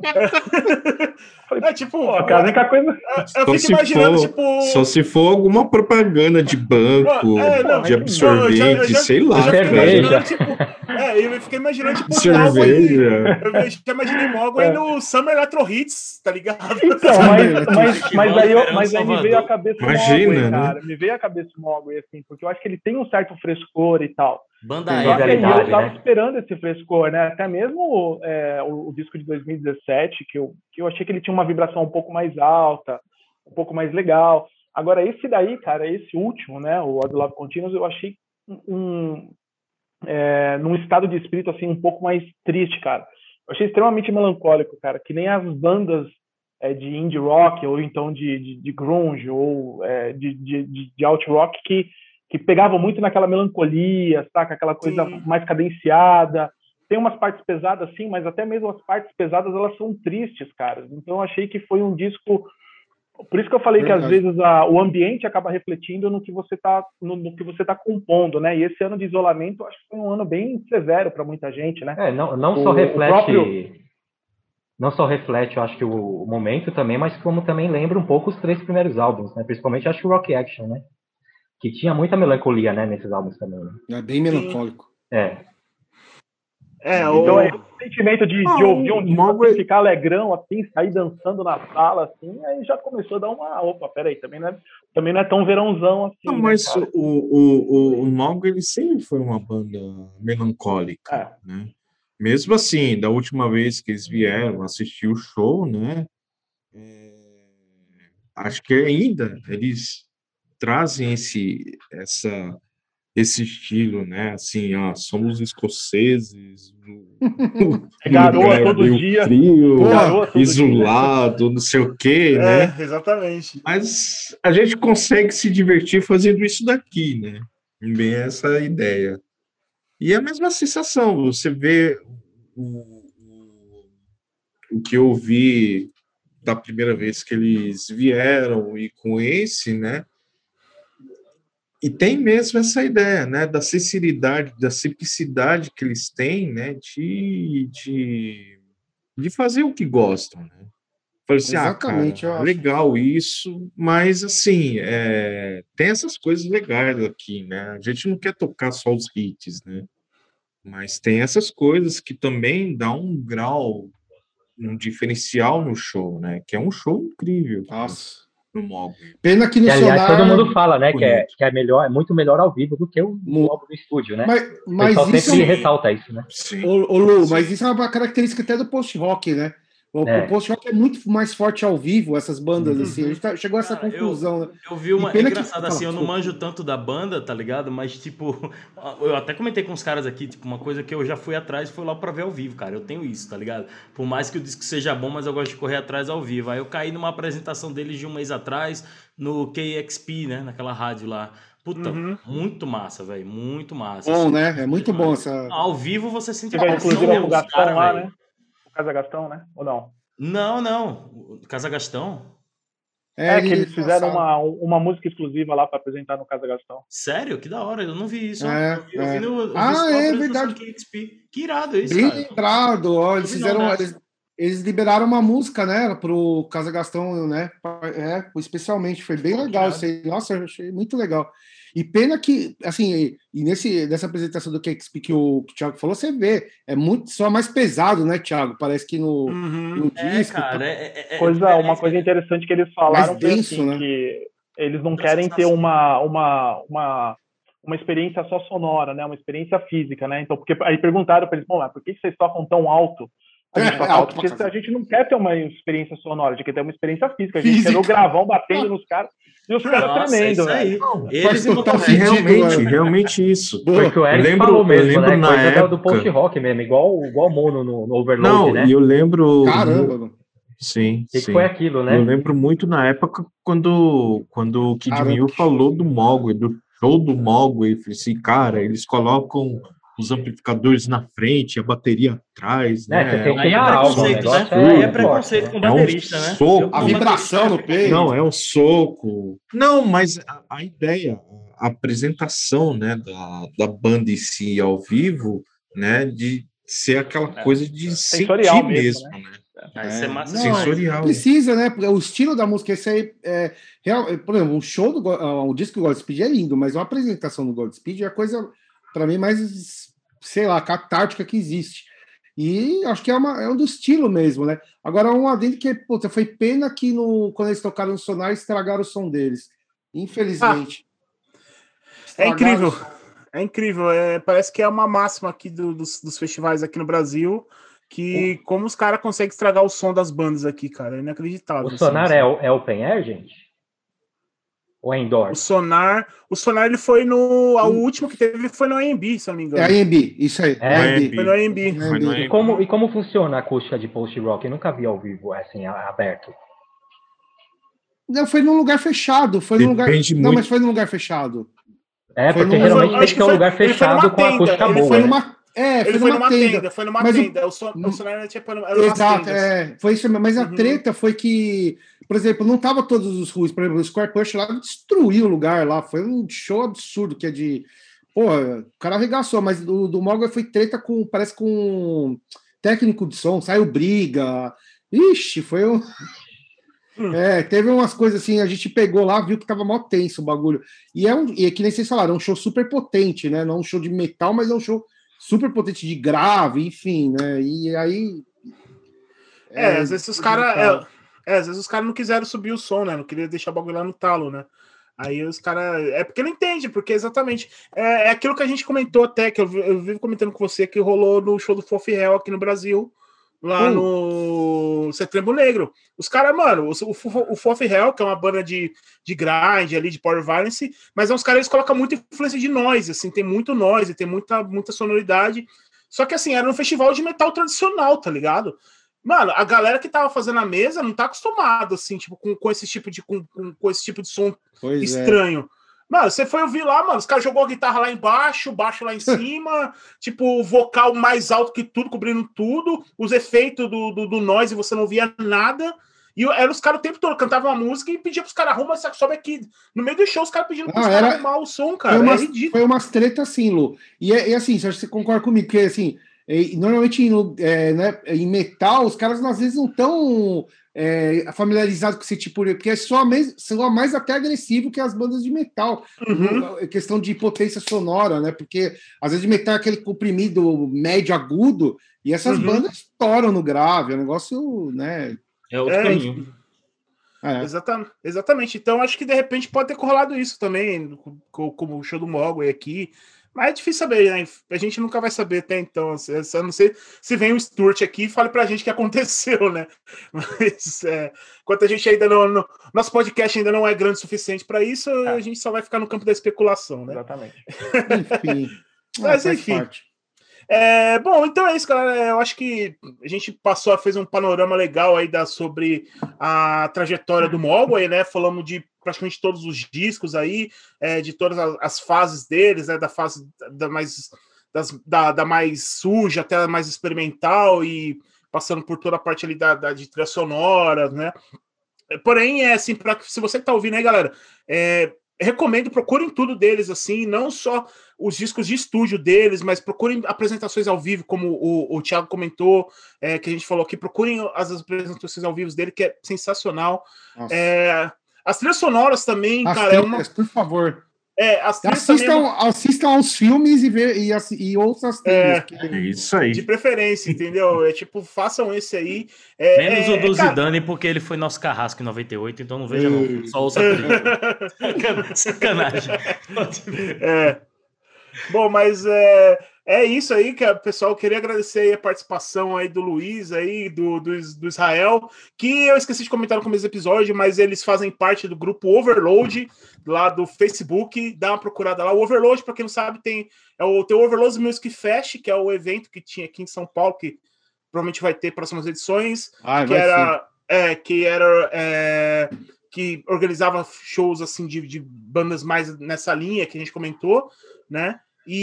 Falei, É tipo, pô, cara, a única coisa... eu Só fico se, imaginando, for, tipo. só se for alguma propaganda de banco, É, não, de não, absorvente, eu já- eu já- sei eu lá. já fiquei Cerveja. imaginando, tipo. É, eu fiquei imaginando, tipo, De o Mogwai. cerveja. Eu já imaginei Mogwai no Summer Electro Hits, tá ligado? Então, mas, mas, mas, aí, eu, Verão mas aí me Salvador. veio a cabeça o Imagina, Mogwai, né? cara. Me veio a cabeça o Mogwai, assim, porque eu acho que ele tem um certo frescor e tal. Banda Tem. Só que aí eu Jovialidade, tava né? esperando esse frescor, né? Até mesmo é, o, o disco de dois mil e dezessete, que eu, que eu achei que ele tinha uma vibração um pouco mais alta, um pouco mais legal. Agora, esse daí, cara, esse último, né? O Odd Love Continues, eu achei um, é, num estado de espírito, assim, um pouco mais triste, cara. Eu achei extremamente melancólico, cara, que nem as bandas é, de indie rock, ou então de, de, de grunge, ou é, de, de, de, de alt rock, que que pegavam muito naquela melancolia, saca? Aquela coisa Sim. mais cadenciada. Tem umas partes pesadas, sim, mas até mesmo as partes pesadas, elas são tristes, cara. Então, eu achei que foi um disco... Por isso que eu falei Verdade. que, às vezes, a, o ambiente acaba refletindo no que você está no, no que você tá compondo, né? E esse ano de isolamento, eu acho que foi um ano bem severo para muita gente, né? É, não, não O- só o reflete. próprio- Não só reflete, eu acho que o, o momento também, mas como também lembra um pouco os três primeiros álbuns, né? Principalmente acho que o Rock Action, né? Que tinha muita melancolia, né, nesses álbuns também. Né? É bem melancólico. É. É, Então, o. é esse sentimento de, de Ah, ouvir um o disco, Mogwai- assim, ficar alegrão, assim, sair dançando na sala, assim, aí já começou a dar uma... Opa, peraí, também não é, também não é tão verãozão assim, Não, né, mas cara? o, o, o, o Mogwai, ele sempre foi uma banda melancólica, É. né? Mesmo assim, da última vez que eles vieram assistir o show, né? é, acho que ainda eles trazem esse, essa, esse estilo, né? Assim, ó, somos escoceses, no, É garoa todo meio dia. frio, Garoa todo isolado, não sei o quê, É, né? exatamente. Mas a gente consegue se divertir fazendo isso daqui, né? Bem essa a ideia. E é a mesma sensação, você vê o, o, o que eu vi da primeira vez que eles vieram e com esse, né? E tem mesmo essa ideia, né? Da sinceridade, da simplicidade que eles têm, né? De, de, de fazer o que gostam, né? Falei assim, ah, Exatamente, eu cara, acho. legal isso, mas assim, é, tem essas coisas legais aqui, né? A gente não quer tocar só os hits, né? Mas tem essas coisas que também dão um grau, um diferencial no show, né? Que é um show incrível Nossa. no Mogli. Pena que no Que, aliás, todo Sonar. mundo fala, né, que é, Bonito. que é melhor, é muito melhor ao vivo do que o, Mu- o álbum do estúdio, né? Mas, O mas pessoal isso é sempre um- ressalta isso, né? Sim. Ô, ô, Lu, Sim. mas isso é uma característica até do post-rock, né? O, É. o post-rock é muito mais forte ao vivo, essas bandas, Uhum. assim. A gente tá- chegou a essa Cara, conclusão, né? Eu vi uma. E É pena que- engraçado fala, assim, eu não desculpa. manjo tanto da banda, tá ligado? Mas, tipo, eu até comentei com os caras aqui, tipo, uma coisa que eu já fui atrás foi lá pra ver ao vivo, cara. Eu tenho isso, tá ligado? Por mais que o disco seja bom, mas eu gosto de correr atrás ao vivo. Aí eu caí numa apresentação deles de um mês atrás no K X P, né? Naquela rádio lá. Puta, Uhum. muito massa, velho. Muito massa. Bom, assim. né? É muito bom essa. Ao vivo você sente Você vai a inclusive pressão com o dos Gastão caras, lá, velho. né? O Casa Gastão, né? Ou não? Não, não. O Casa Gastão? É, que eles ele- fizeram uma, uma música exclusiva lá pra apresentar no Casa Gastão. Sério? Que da hora. Eu não vi isso. ó. É, eu vi, eu é. vi no, eu vi Ah, só a é apresentação verdade. do K X P. Que irado isso, Bem cara. lembrado, ó, eles Não vi não fizeram. dessa. Eles, eles liberaram uma música, né, pro Casa Gastão, né? É, especialmente, foi bem Pô, que legal irado. isso aí. Nossa, eu achei muito legal. E pena que, assim, e, e nesse, nessa apresentação do K X P que o, que o Thiago falou, você vê, é muito só mais pesado, né, Thiago? Parece que no, Uhum. no É, disco. cara, tá é, é, é Coisa, diferente, uma coisa né? interessante que eles mais falaram foi denso, assim, né? que eles não Outra querem ter sensação. uma, uma, uma, uma experiência só sonora, né? Uma experiência física, né? Então, porque aí perguntaram para eles, bom, mas por que vocês tocam tão alto? A gente É, toca alto alto pra porque a cacete. gente não quer ter uma experiência sonora, a gente quer ter uma experiência física. A gente Física. quer ver o gravão batendo nos caras e os caras Nossa, é tremendo, isso aí. velho. Não, Eles faz e total Motorhead. sentido. realmente, mano. realmente isso. Foi o que o Eu Eric lembro, falou eu mesmo, lembro né? na Coisa do, do época. post-rock mesmo, igual, igual o Mono no, no Overload, Não, né? e eu lembro. Caramba, mano. Sim, O que, que sim. foi aquilo, Eu né? lembro muito na época quando, quando o Kid Caramba, Mil que falou do Mogwai, do show do Mogwai. Eu falei assim, cara, eles colocam os amplificadores na frente, a bateria atrás, É, você né? sente Aí é na alma, o preconceito, né? negócio Aí é é forte, preconceito né? com É um baterista, né? soco. Eu, A como vibração no baterista, peito. Não, é um soco. Não, mas a, a ideia, a apresentação, né, da, da banda em si ao vivo, né, de ser aquela coisa de Sensorial sentir mesmo, mesmo, né? Aí isso é massa não, demais. Sensorial. precisa, né? Porque o estilo da música, esse aí é real, é, por exemplo, o show do Go- ah, o disco do Godspeed é lindo, mas uma apresentação do Godspeed é a coisa, para mim, mais, sei lá, catártica que existe. E acho que é, uma, é um do estilo mesmo, né? Agora, um adendo que, puta, foi pena que no, quando eles tocaram no Sonar, estragaram o som deles. Infelizmente. É Estragaram incrível. o som. É incrível. É, parece que é uma máxima aqui do- dos, dos festivais aqui no Brasil. Que como os caras conseguem estragar o som das bandas aqui, cara. É inacreditável. O assim, Sonar assim. é, o- é open air, gente? Ou é indoor? O Sonar. O Sonar ele foi no. O último que teve foi no A M B, se eu não me É a engano. A M B, isso aí. É? A M B. Foi no A M B. Foi no E como, e como funciona a acústica de post-rock? Eu nunca vi ao vivo, assim, a- aberto. Não, foi num lugar fechado. Foi num lugar. Depende Não, muito. mas foi num lugar fechado. É, Foi porque num- geralmente Acho tem que que ter um foi- lugar ele foi fechado numa com a acústica tenda, ele boa, Foi né? numa. É, Ele foi foi numa numa tenda. tenda, foi numa Mas o- tenda. O, son, o Sonar era tipo. Era umas Exato, tendas. é, foi isso mesmo. Mas a Uhum. treta foi que, por exemplo, não tava todos os ruins. Por exemplo, o Square Punch lá destruiu o lugar lá. Foi um show absurdo que é de. Pô, o cara arregaçou, mas do, do Mogwai foi treta com. Parece com técnico de som, saiu briga. Ixi, foi um. É, teve umas coisas assim, a gente pegou lá, viu que tava mó tenso o bagulho. E é, um, e é que nem vocês falaram, é um show super potente, né? Não é um show de metal, mas é um show super potente de grave, enfim, né? E aí. É, às vezes os caras. É, é, às vezes os caras não quiseram subir o som, né? Não queria deixar o bagulho lá no talo, né? Aí os caras. É porque não entende, porque exatamente. É, é aquilo que a gente comentou até, que eu, vi- eu vivo comentando com você, que rolou no show do Fof Hell aqui no Brasil, lá uh. no Setembro Negro. Os caras, mano, o, o, o Fourth Hell, que é uma banda de, de grind ali, de power violence, mas é uns caras, eles colocam muita influência de noise, assim, tem muito noise, tem muita, muita sonoridade. Só que, assim, era um festival de metal tradicional, tá ligado? Mano, a galera que tava fazendo a mesa não tá acostumado, assim, tipo, com, com esse tipo de com, com, com esse tipo de som pois estranho. É. Mano, você foi ouvir lá, mano, os caras jogou a guitarra lá embaixo, o baixo lá em cima, tipo, vocal mais alto que tudo, cobrindo tudo, os efeitos do, do, do noise, você não via nada, e eram os caras o tempo todo, cantavam uma música e pediam pros caras arrumar, sobe aqui. No meio do show, os caras pedindo pros ah, caras era... arrumar o som, cara, foi umas, é ridículo. Foi umas tretas assim, Lu, e, e assim, se você concorda comigo, porque assim, normalmente em, é, né, em metal, os caras às vezes não estão é, familiarizados com esse tipo de... Porque soa mais, soa mais até agressivo que as bandas de metal. Uhum. No, questão de potência sonora, né? Porque às vezes metal é aquele comprimido médio agudo e essas uhum. bandas estouram no grave. É um negócio, né? É outro é, caminho. É. Exatamente, exatamente. Então acho que de repente pode ter correlado isso também, como o show do Mogwai aqui. Mas é difícil saber, né? A gente nunca vai saber até então. Eu não sei se vem o Stuart aqui e fale pra gente o que aconteceu, né? Mas é, enquanto a gente ainda não. No, nosso podcast ainda não é grande o suficiente para isso, é. a gente só vai ficar no campo da especulação, né? Exatamente. Enfim. Mas ah, enfim. É, bom, então é isso, galera. Eu acho que a gente passou, fez um panorama legal aí da, sobre a trajetória do Mogwai, né? Falamos de praticamente todos os discos aí, é, de todas as, as fases deles, né? Da fase da mais, das, da, da mais suja até a mais experimental e passando por toda a parte ali da, da de trilha sonora, né? Porém, é assim, pra, se você que tá ouvindo aí, galera, é, recomendo, procurem tudo deles, assim, não só os discos de estúdio deles, mas procurem apresentações ao vivo, como o, o Thiago comentou, é, que a gente falou aqui, procurem as apresentações ao vivo dele, que é sensacional. É, as trilhas sonoras também, as cara, trilhas, é uma... por favor. É, as assistam, também... assistam aos filmes e, ver, e, e ouçam as trilhas. É, que... é isso aí. De preferência, entendeu? É tipo, façam esse aí. É, Menos é, o do é, cara... Zidane, porque ele foi nosso carrasco em noventa e oito, então não veja não. Só ouça a trilha. Sacanagem. É. Bom, mas é, é isso aí, que o pessoal queria agradecer aí a participação aí do Luiz aí, do, do, do Israel, que eu esqueci de comentar no começo do episódio, mas eles fazem parte do grupo Overload, lá do Facebook, dá uma procurada lá. O Overload, para quem não sabe, tem, é o, tem o Overload Music Fest, que é o evento que tinha aqui em São Paulo, que provavelmente vai ter próximas edições, ah, que, era, é, que era... É, que organizava shows assim de, de bandas mais nessa linha que a gente comentou, né?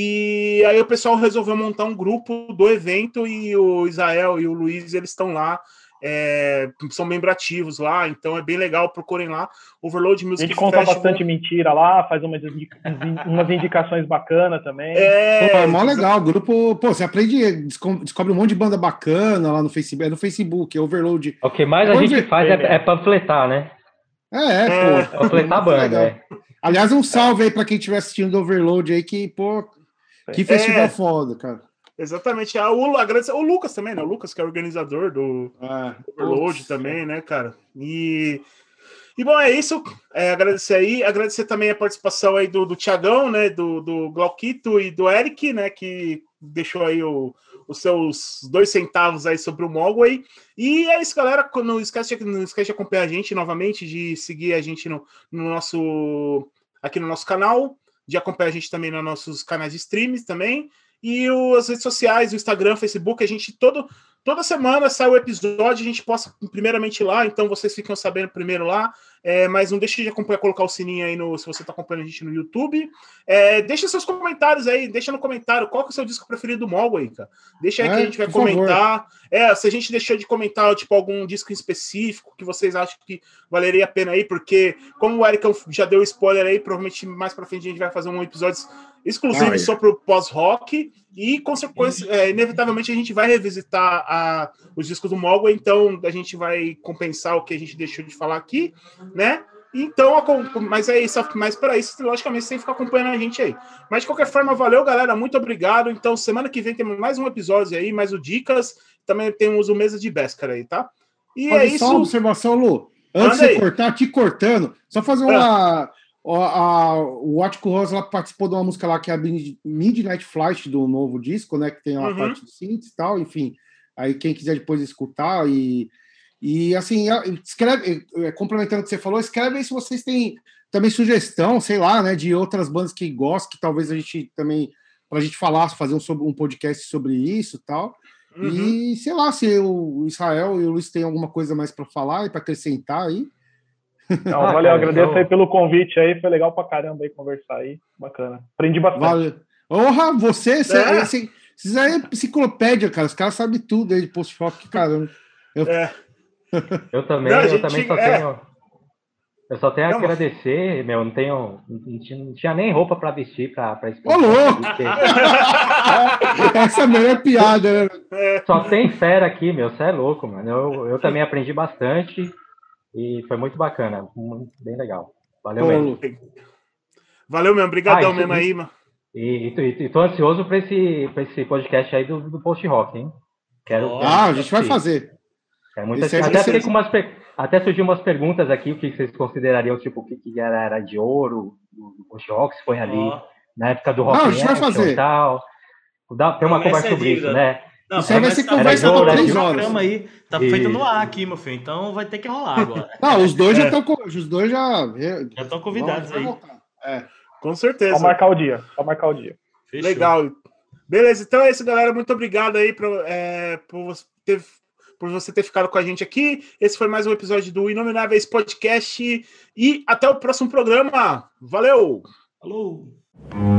E aí o pessoal resolveu montar um grupo do evento e o Israel e o Luiz, eles estão lá, é, são membros ativos lá, então é bem legal, procurem lá. Overload Music A gente conta Festival. Bastante mentira lá, faz umas, indica umas indicações bacanas também. É, pô, é mó legal, o grupo, pô, você aprende, descobre um monte de banda bacana lá no Facebook, é no Facebook, é Overload. O que mais a Over... gente faz é, é panfletar, né? É, é, pô. Panfletar a banda, é. Aliás, um salve aí pra quem estiver assistindo do Overload aí, que, pô, que festival é, foda, cara. Exatamente. Ah, o, agradecer, o Lucas também, né? O Lucas, que é organizador do ah, Overload putz, também, né, cara? E, e bom, é isso. É, agradecer aí. Agradecer também a participação aí do, do Thiagão, né? Do, do Glauquito e do Eric, né? Que deixou aí o, os seus dois centavos aí sobre o Mogwai. E é isso, galera. Não esquece, de, não esquece de acompanhar a gente novamente, de seguir a gente no, no nosso aqui no nosso canal, de acompanhar a gente também nos nossos canais de streams também. E o, as redes sociais, o Instagram, Facebook, a gente todo, toda semana sai o episódio, a gente posta primeiramente lá, então vocês ficam sabendo primeiro lá, é, mas não deixe de acompanhar, colocar o sininho aí no, se você está acompanhando a gente no YouTube. É, deixa seus comentários aí, deixa no comentário qual que é o seu disco preferido do Mogwai, cara. Deixa aí é, que a gente vai comentar. Favor. É, se a gente deixou de comentar tipo, algum disco em específico que vocês acham que valeria a pena aí, porque como o Eric já deu spoiler aí, provavelmente mais pra frente a gente vai fazer um episódio exclusivo ah, só pro pós-rock e, consequência, é, inevitavelmente, a gente vai revisitar a, os discos do Mogwai, então a gente vai compensar o que a gente deixou de falar aqui, né? Então, mas é isso, mas para isso, logicamente, você tem que ficar acompanhando a gente aí. Mas, de qualquer forma, valeu, galera, muito obrigado. Então, semana que vem temos mais um episódio aí, mais o Dicas, também temos o Mesa de Beskar aí, tá? E Pode é só isso. uma observação, Lu. Antes de cortar, te cortando, só fazer uma... Ah. A, a, o Attico Rosa lá participou de uma música lá que é a Midnight Flight do novo disco, né? Que tem uma uhum. parte de synths e tal, enfim. aí quem quiser depois escutar e, e assim, escreve, complementando o que você falou, escreve aí se vocês têm também sugestão, sei lá, né, de outras bandas que gostam, que talvez a gente também, para a gente falar, fazer um, sobre, um podcast sobre isso e tal. Uhum. E sei lá, se o Israel e o Luiz têm alguma coisa mais para falar e para acrescentar aí. Não, ah, valeu, cara, agradeço então... aí pelo convite aí, foi legal pra caramba aí conversar aí, bacana. Aprendi bastante. Valeu. Honra, você, você, é. esse, Vocês aí é enciclopédia, cara. Os caras sabem tudo aí de post-rock, caramba. Eu... É. eu também, não, eu gente, também só é... tenho. Eu só tenho a agradecer, meu. Não tenho. Não tinha nem roupa pra vestir pra, pra explicar. Ô, louco! Porque... Essa é a melhor piada, né? Só tem fera aqui, meu. Você é louco, mano. Eu, eu também aprendi bastante e foi muito bacana. Bem legal. Valeu, mesmo. Valeu, mesmo. Obrigadão ah, mesmo aí, mano. E, e, e tô ansioso para esse, pra esse podcast aí do, do post-rock, hein? Quero, oh. quero ah, a gente vai fazer. É muito até, fiquei com umas, até surgiu umas perguntas aqui, o que vocês considerariam, tipo, o que, que era, era de ouro, do post-rock, se foi ali oh. na época do rock Não, a gente vai fazer. E tal. Dá, tem uma Não, conversa sobre isso, né? Não, isso aí vai ser conversa por três horas. Aí, tá e... feito no ar aqui, meu filho, então vai ter que rolar agora. Não, os dois é. já estão os dois já já estão convidados aí. É. Com certeza. Só marcar o dia. Só marcar o dia. Fechou. Legal. Beleza, então é isso, galera. Muito obrigado aí por, é, por, você ter, por você ter ficado com a gente aqui. Esse foi mais um episódio do Inomináveis Podcast. E até o próximo programa. Valeu! Falou!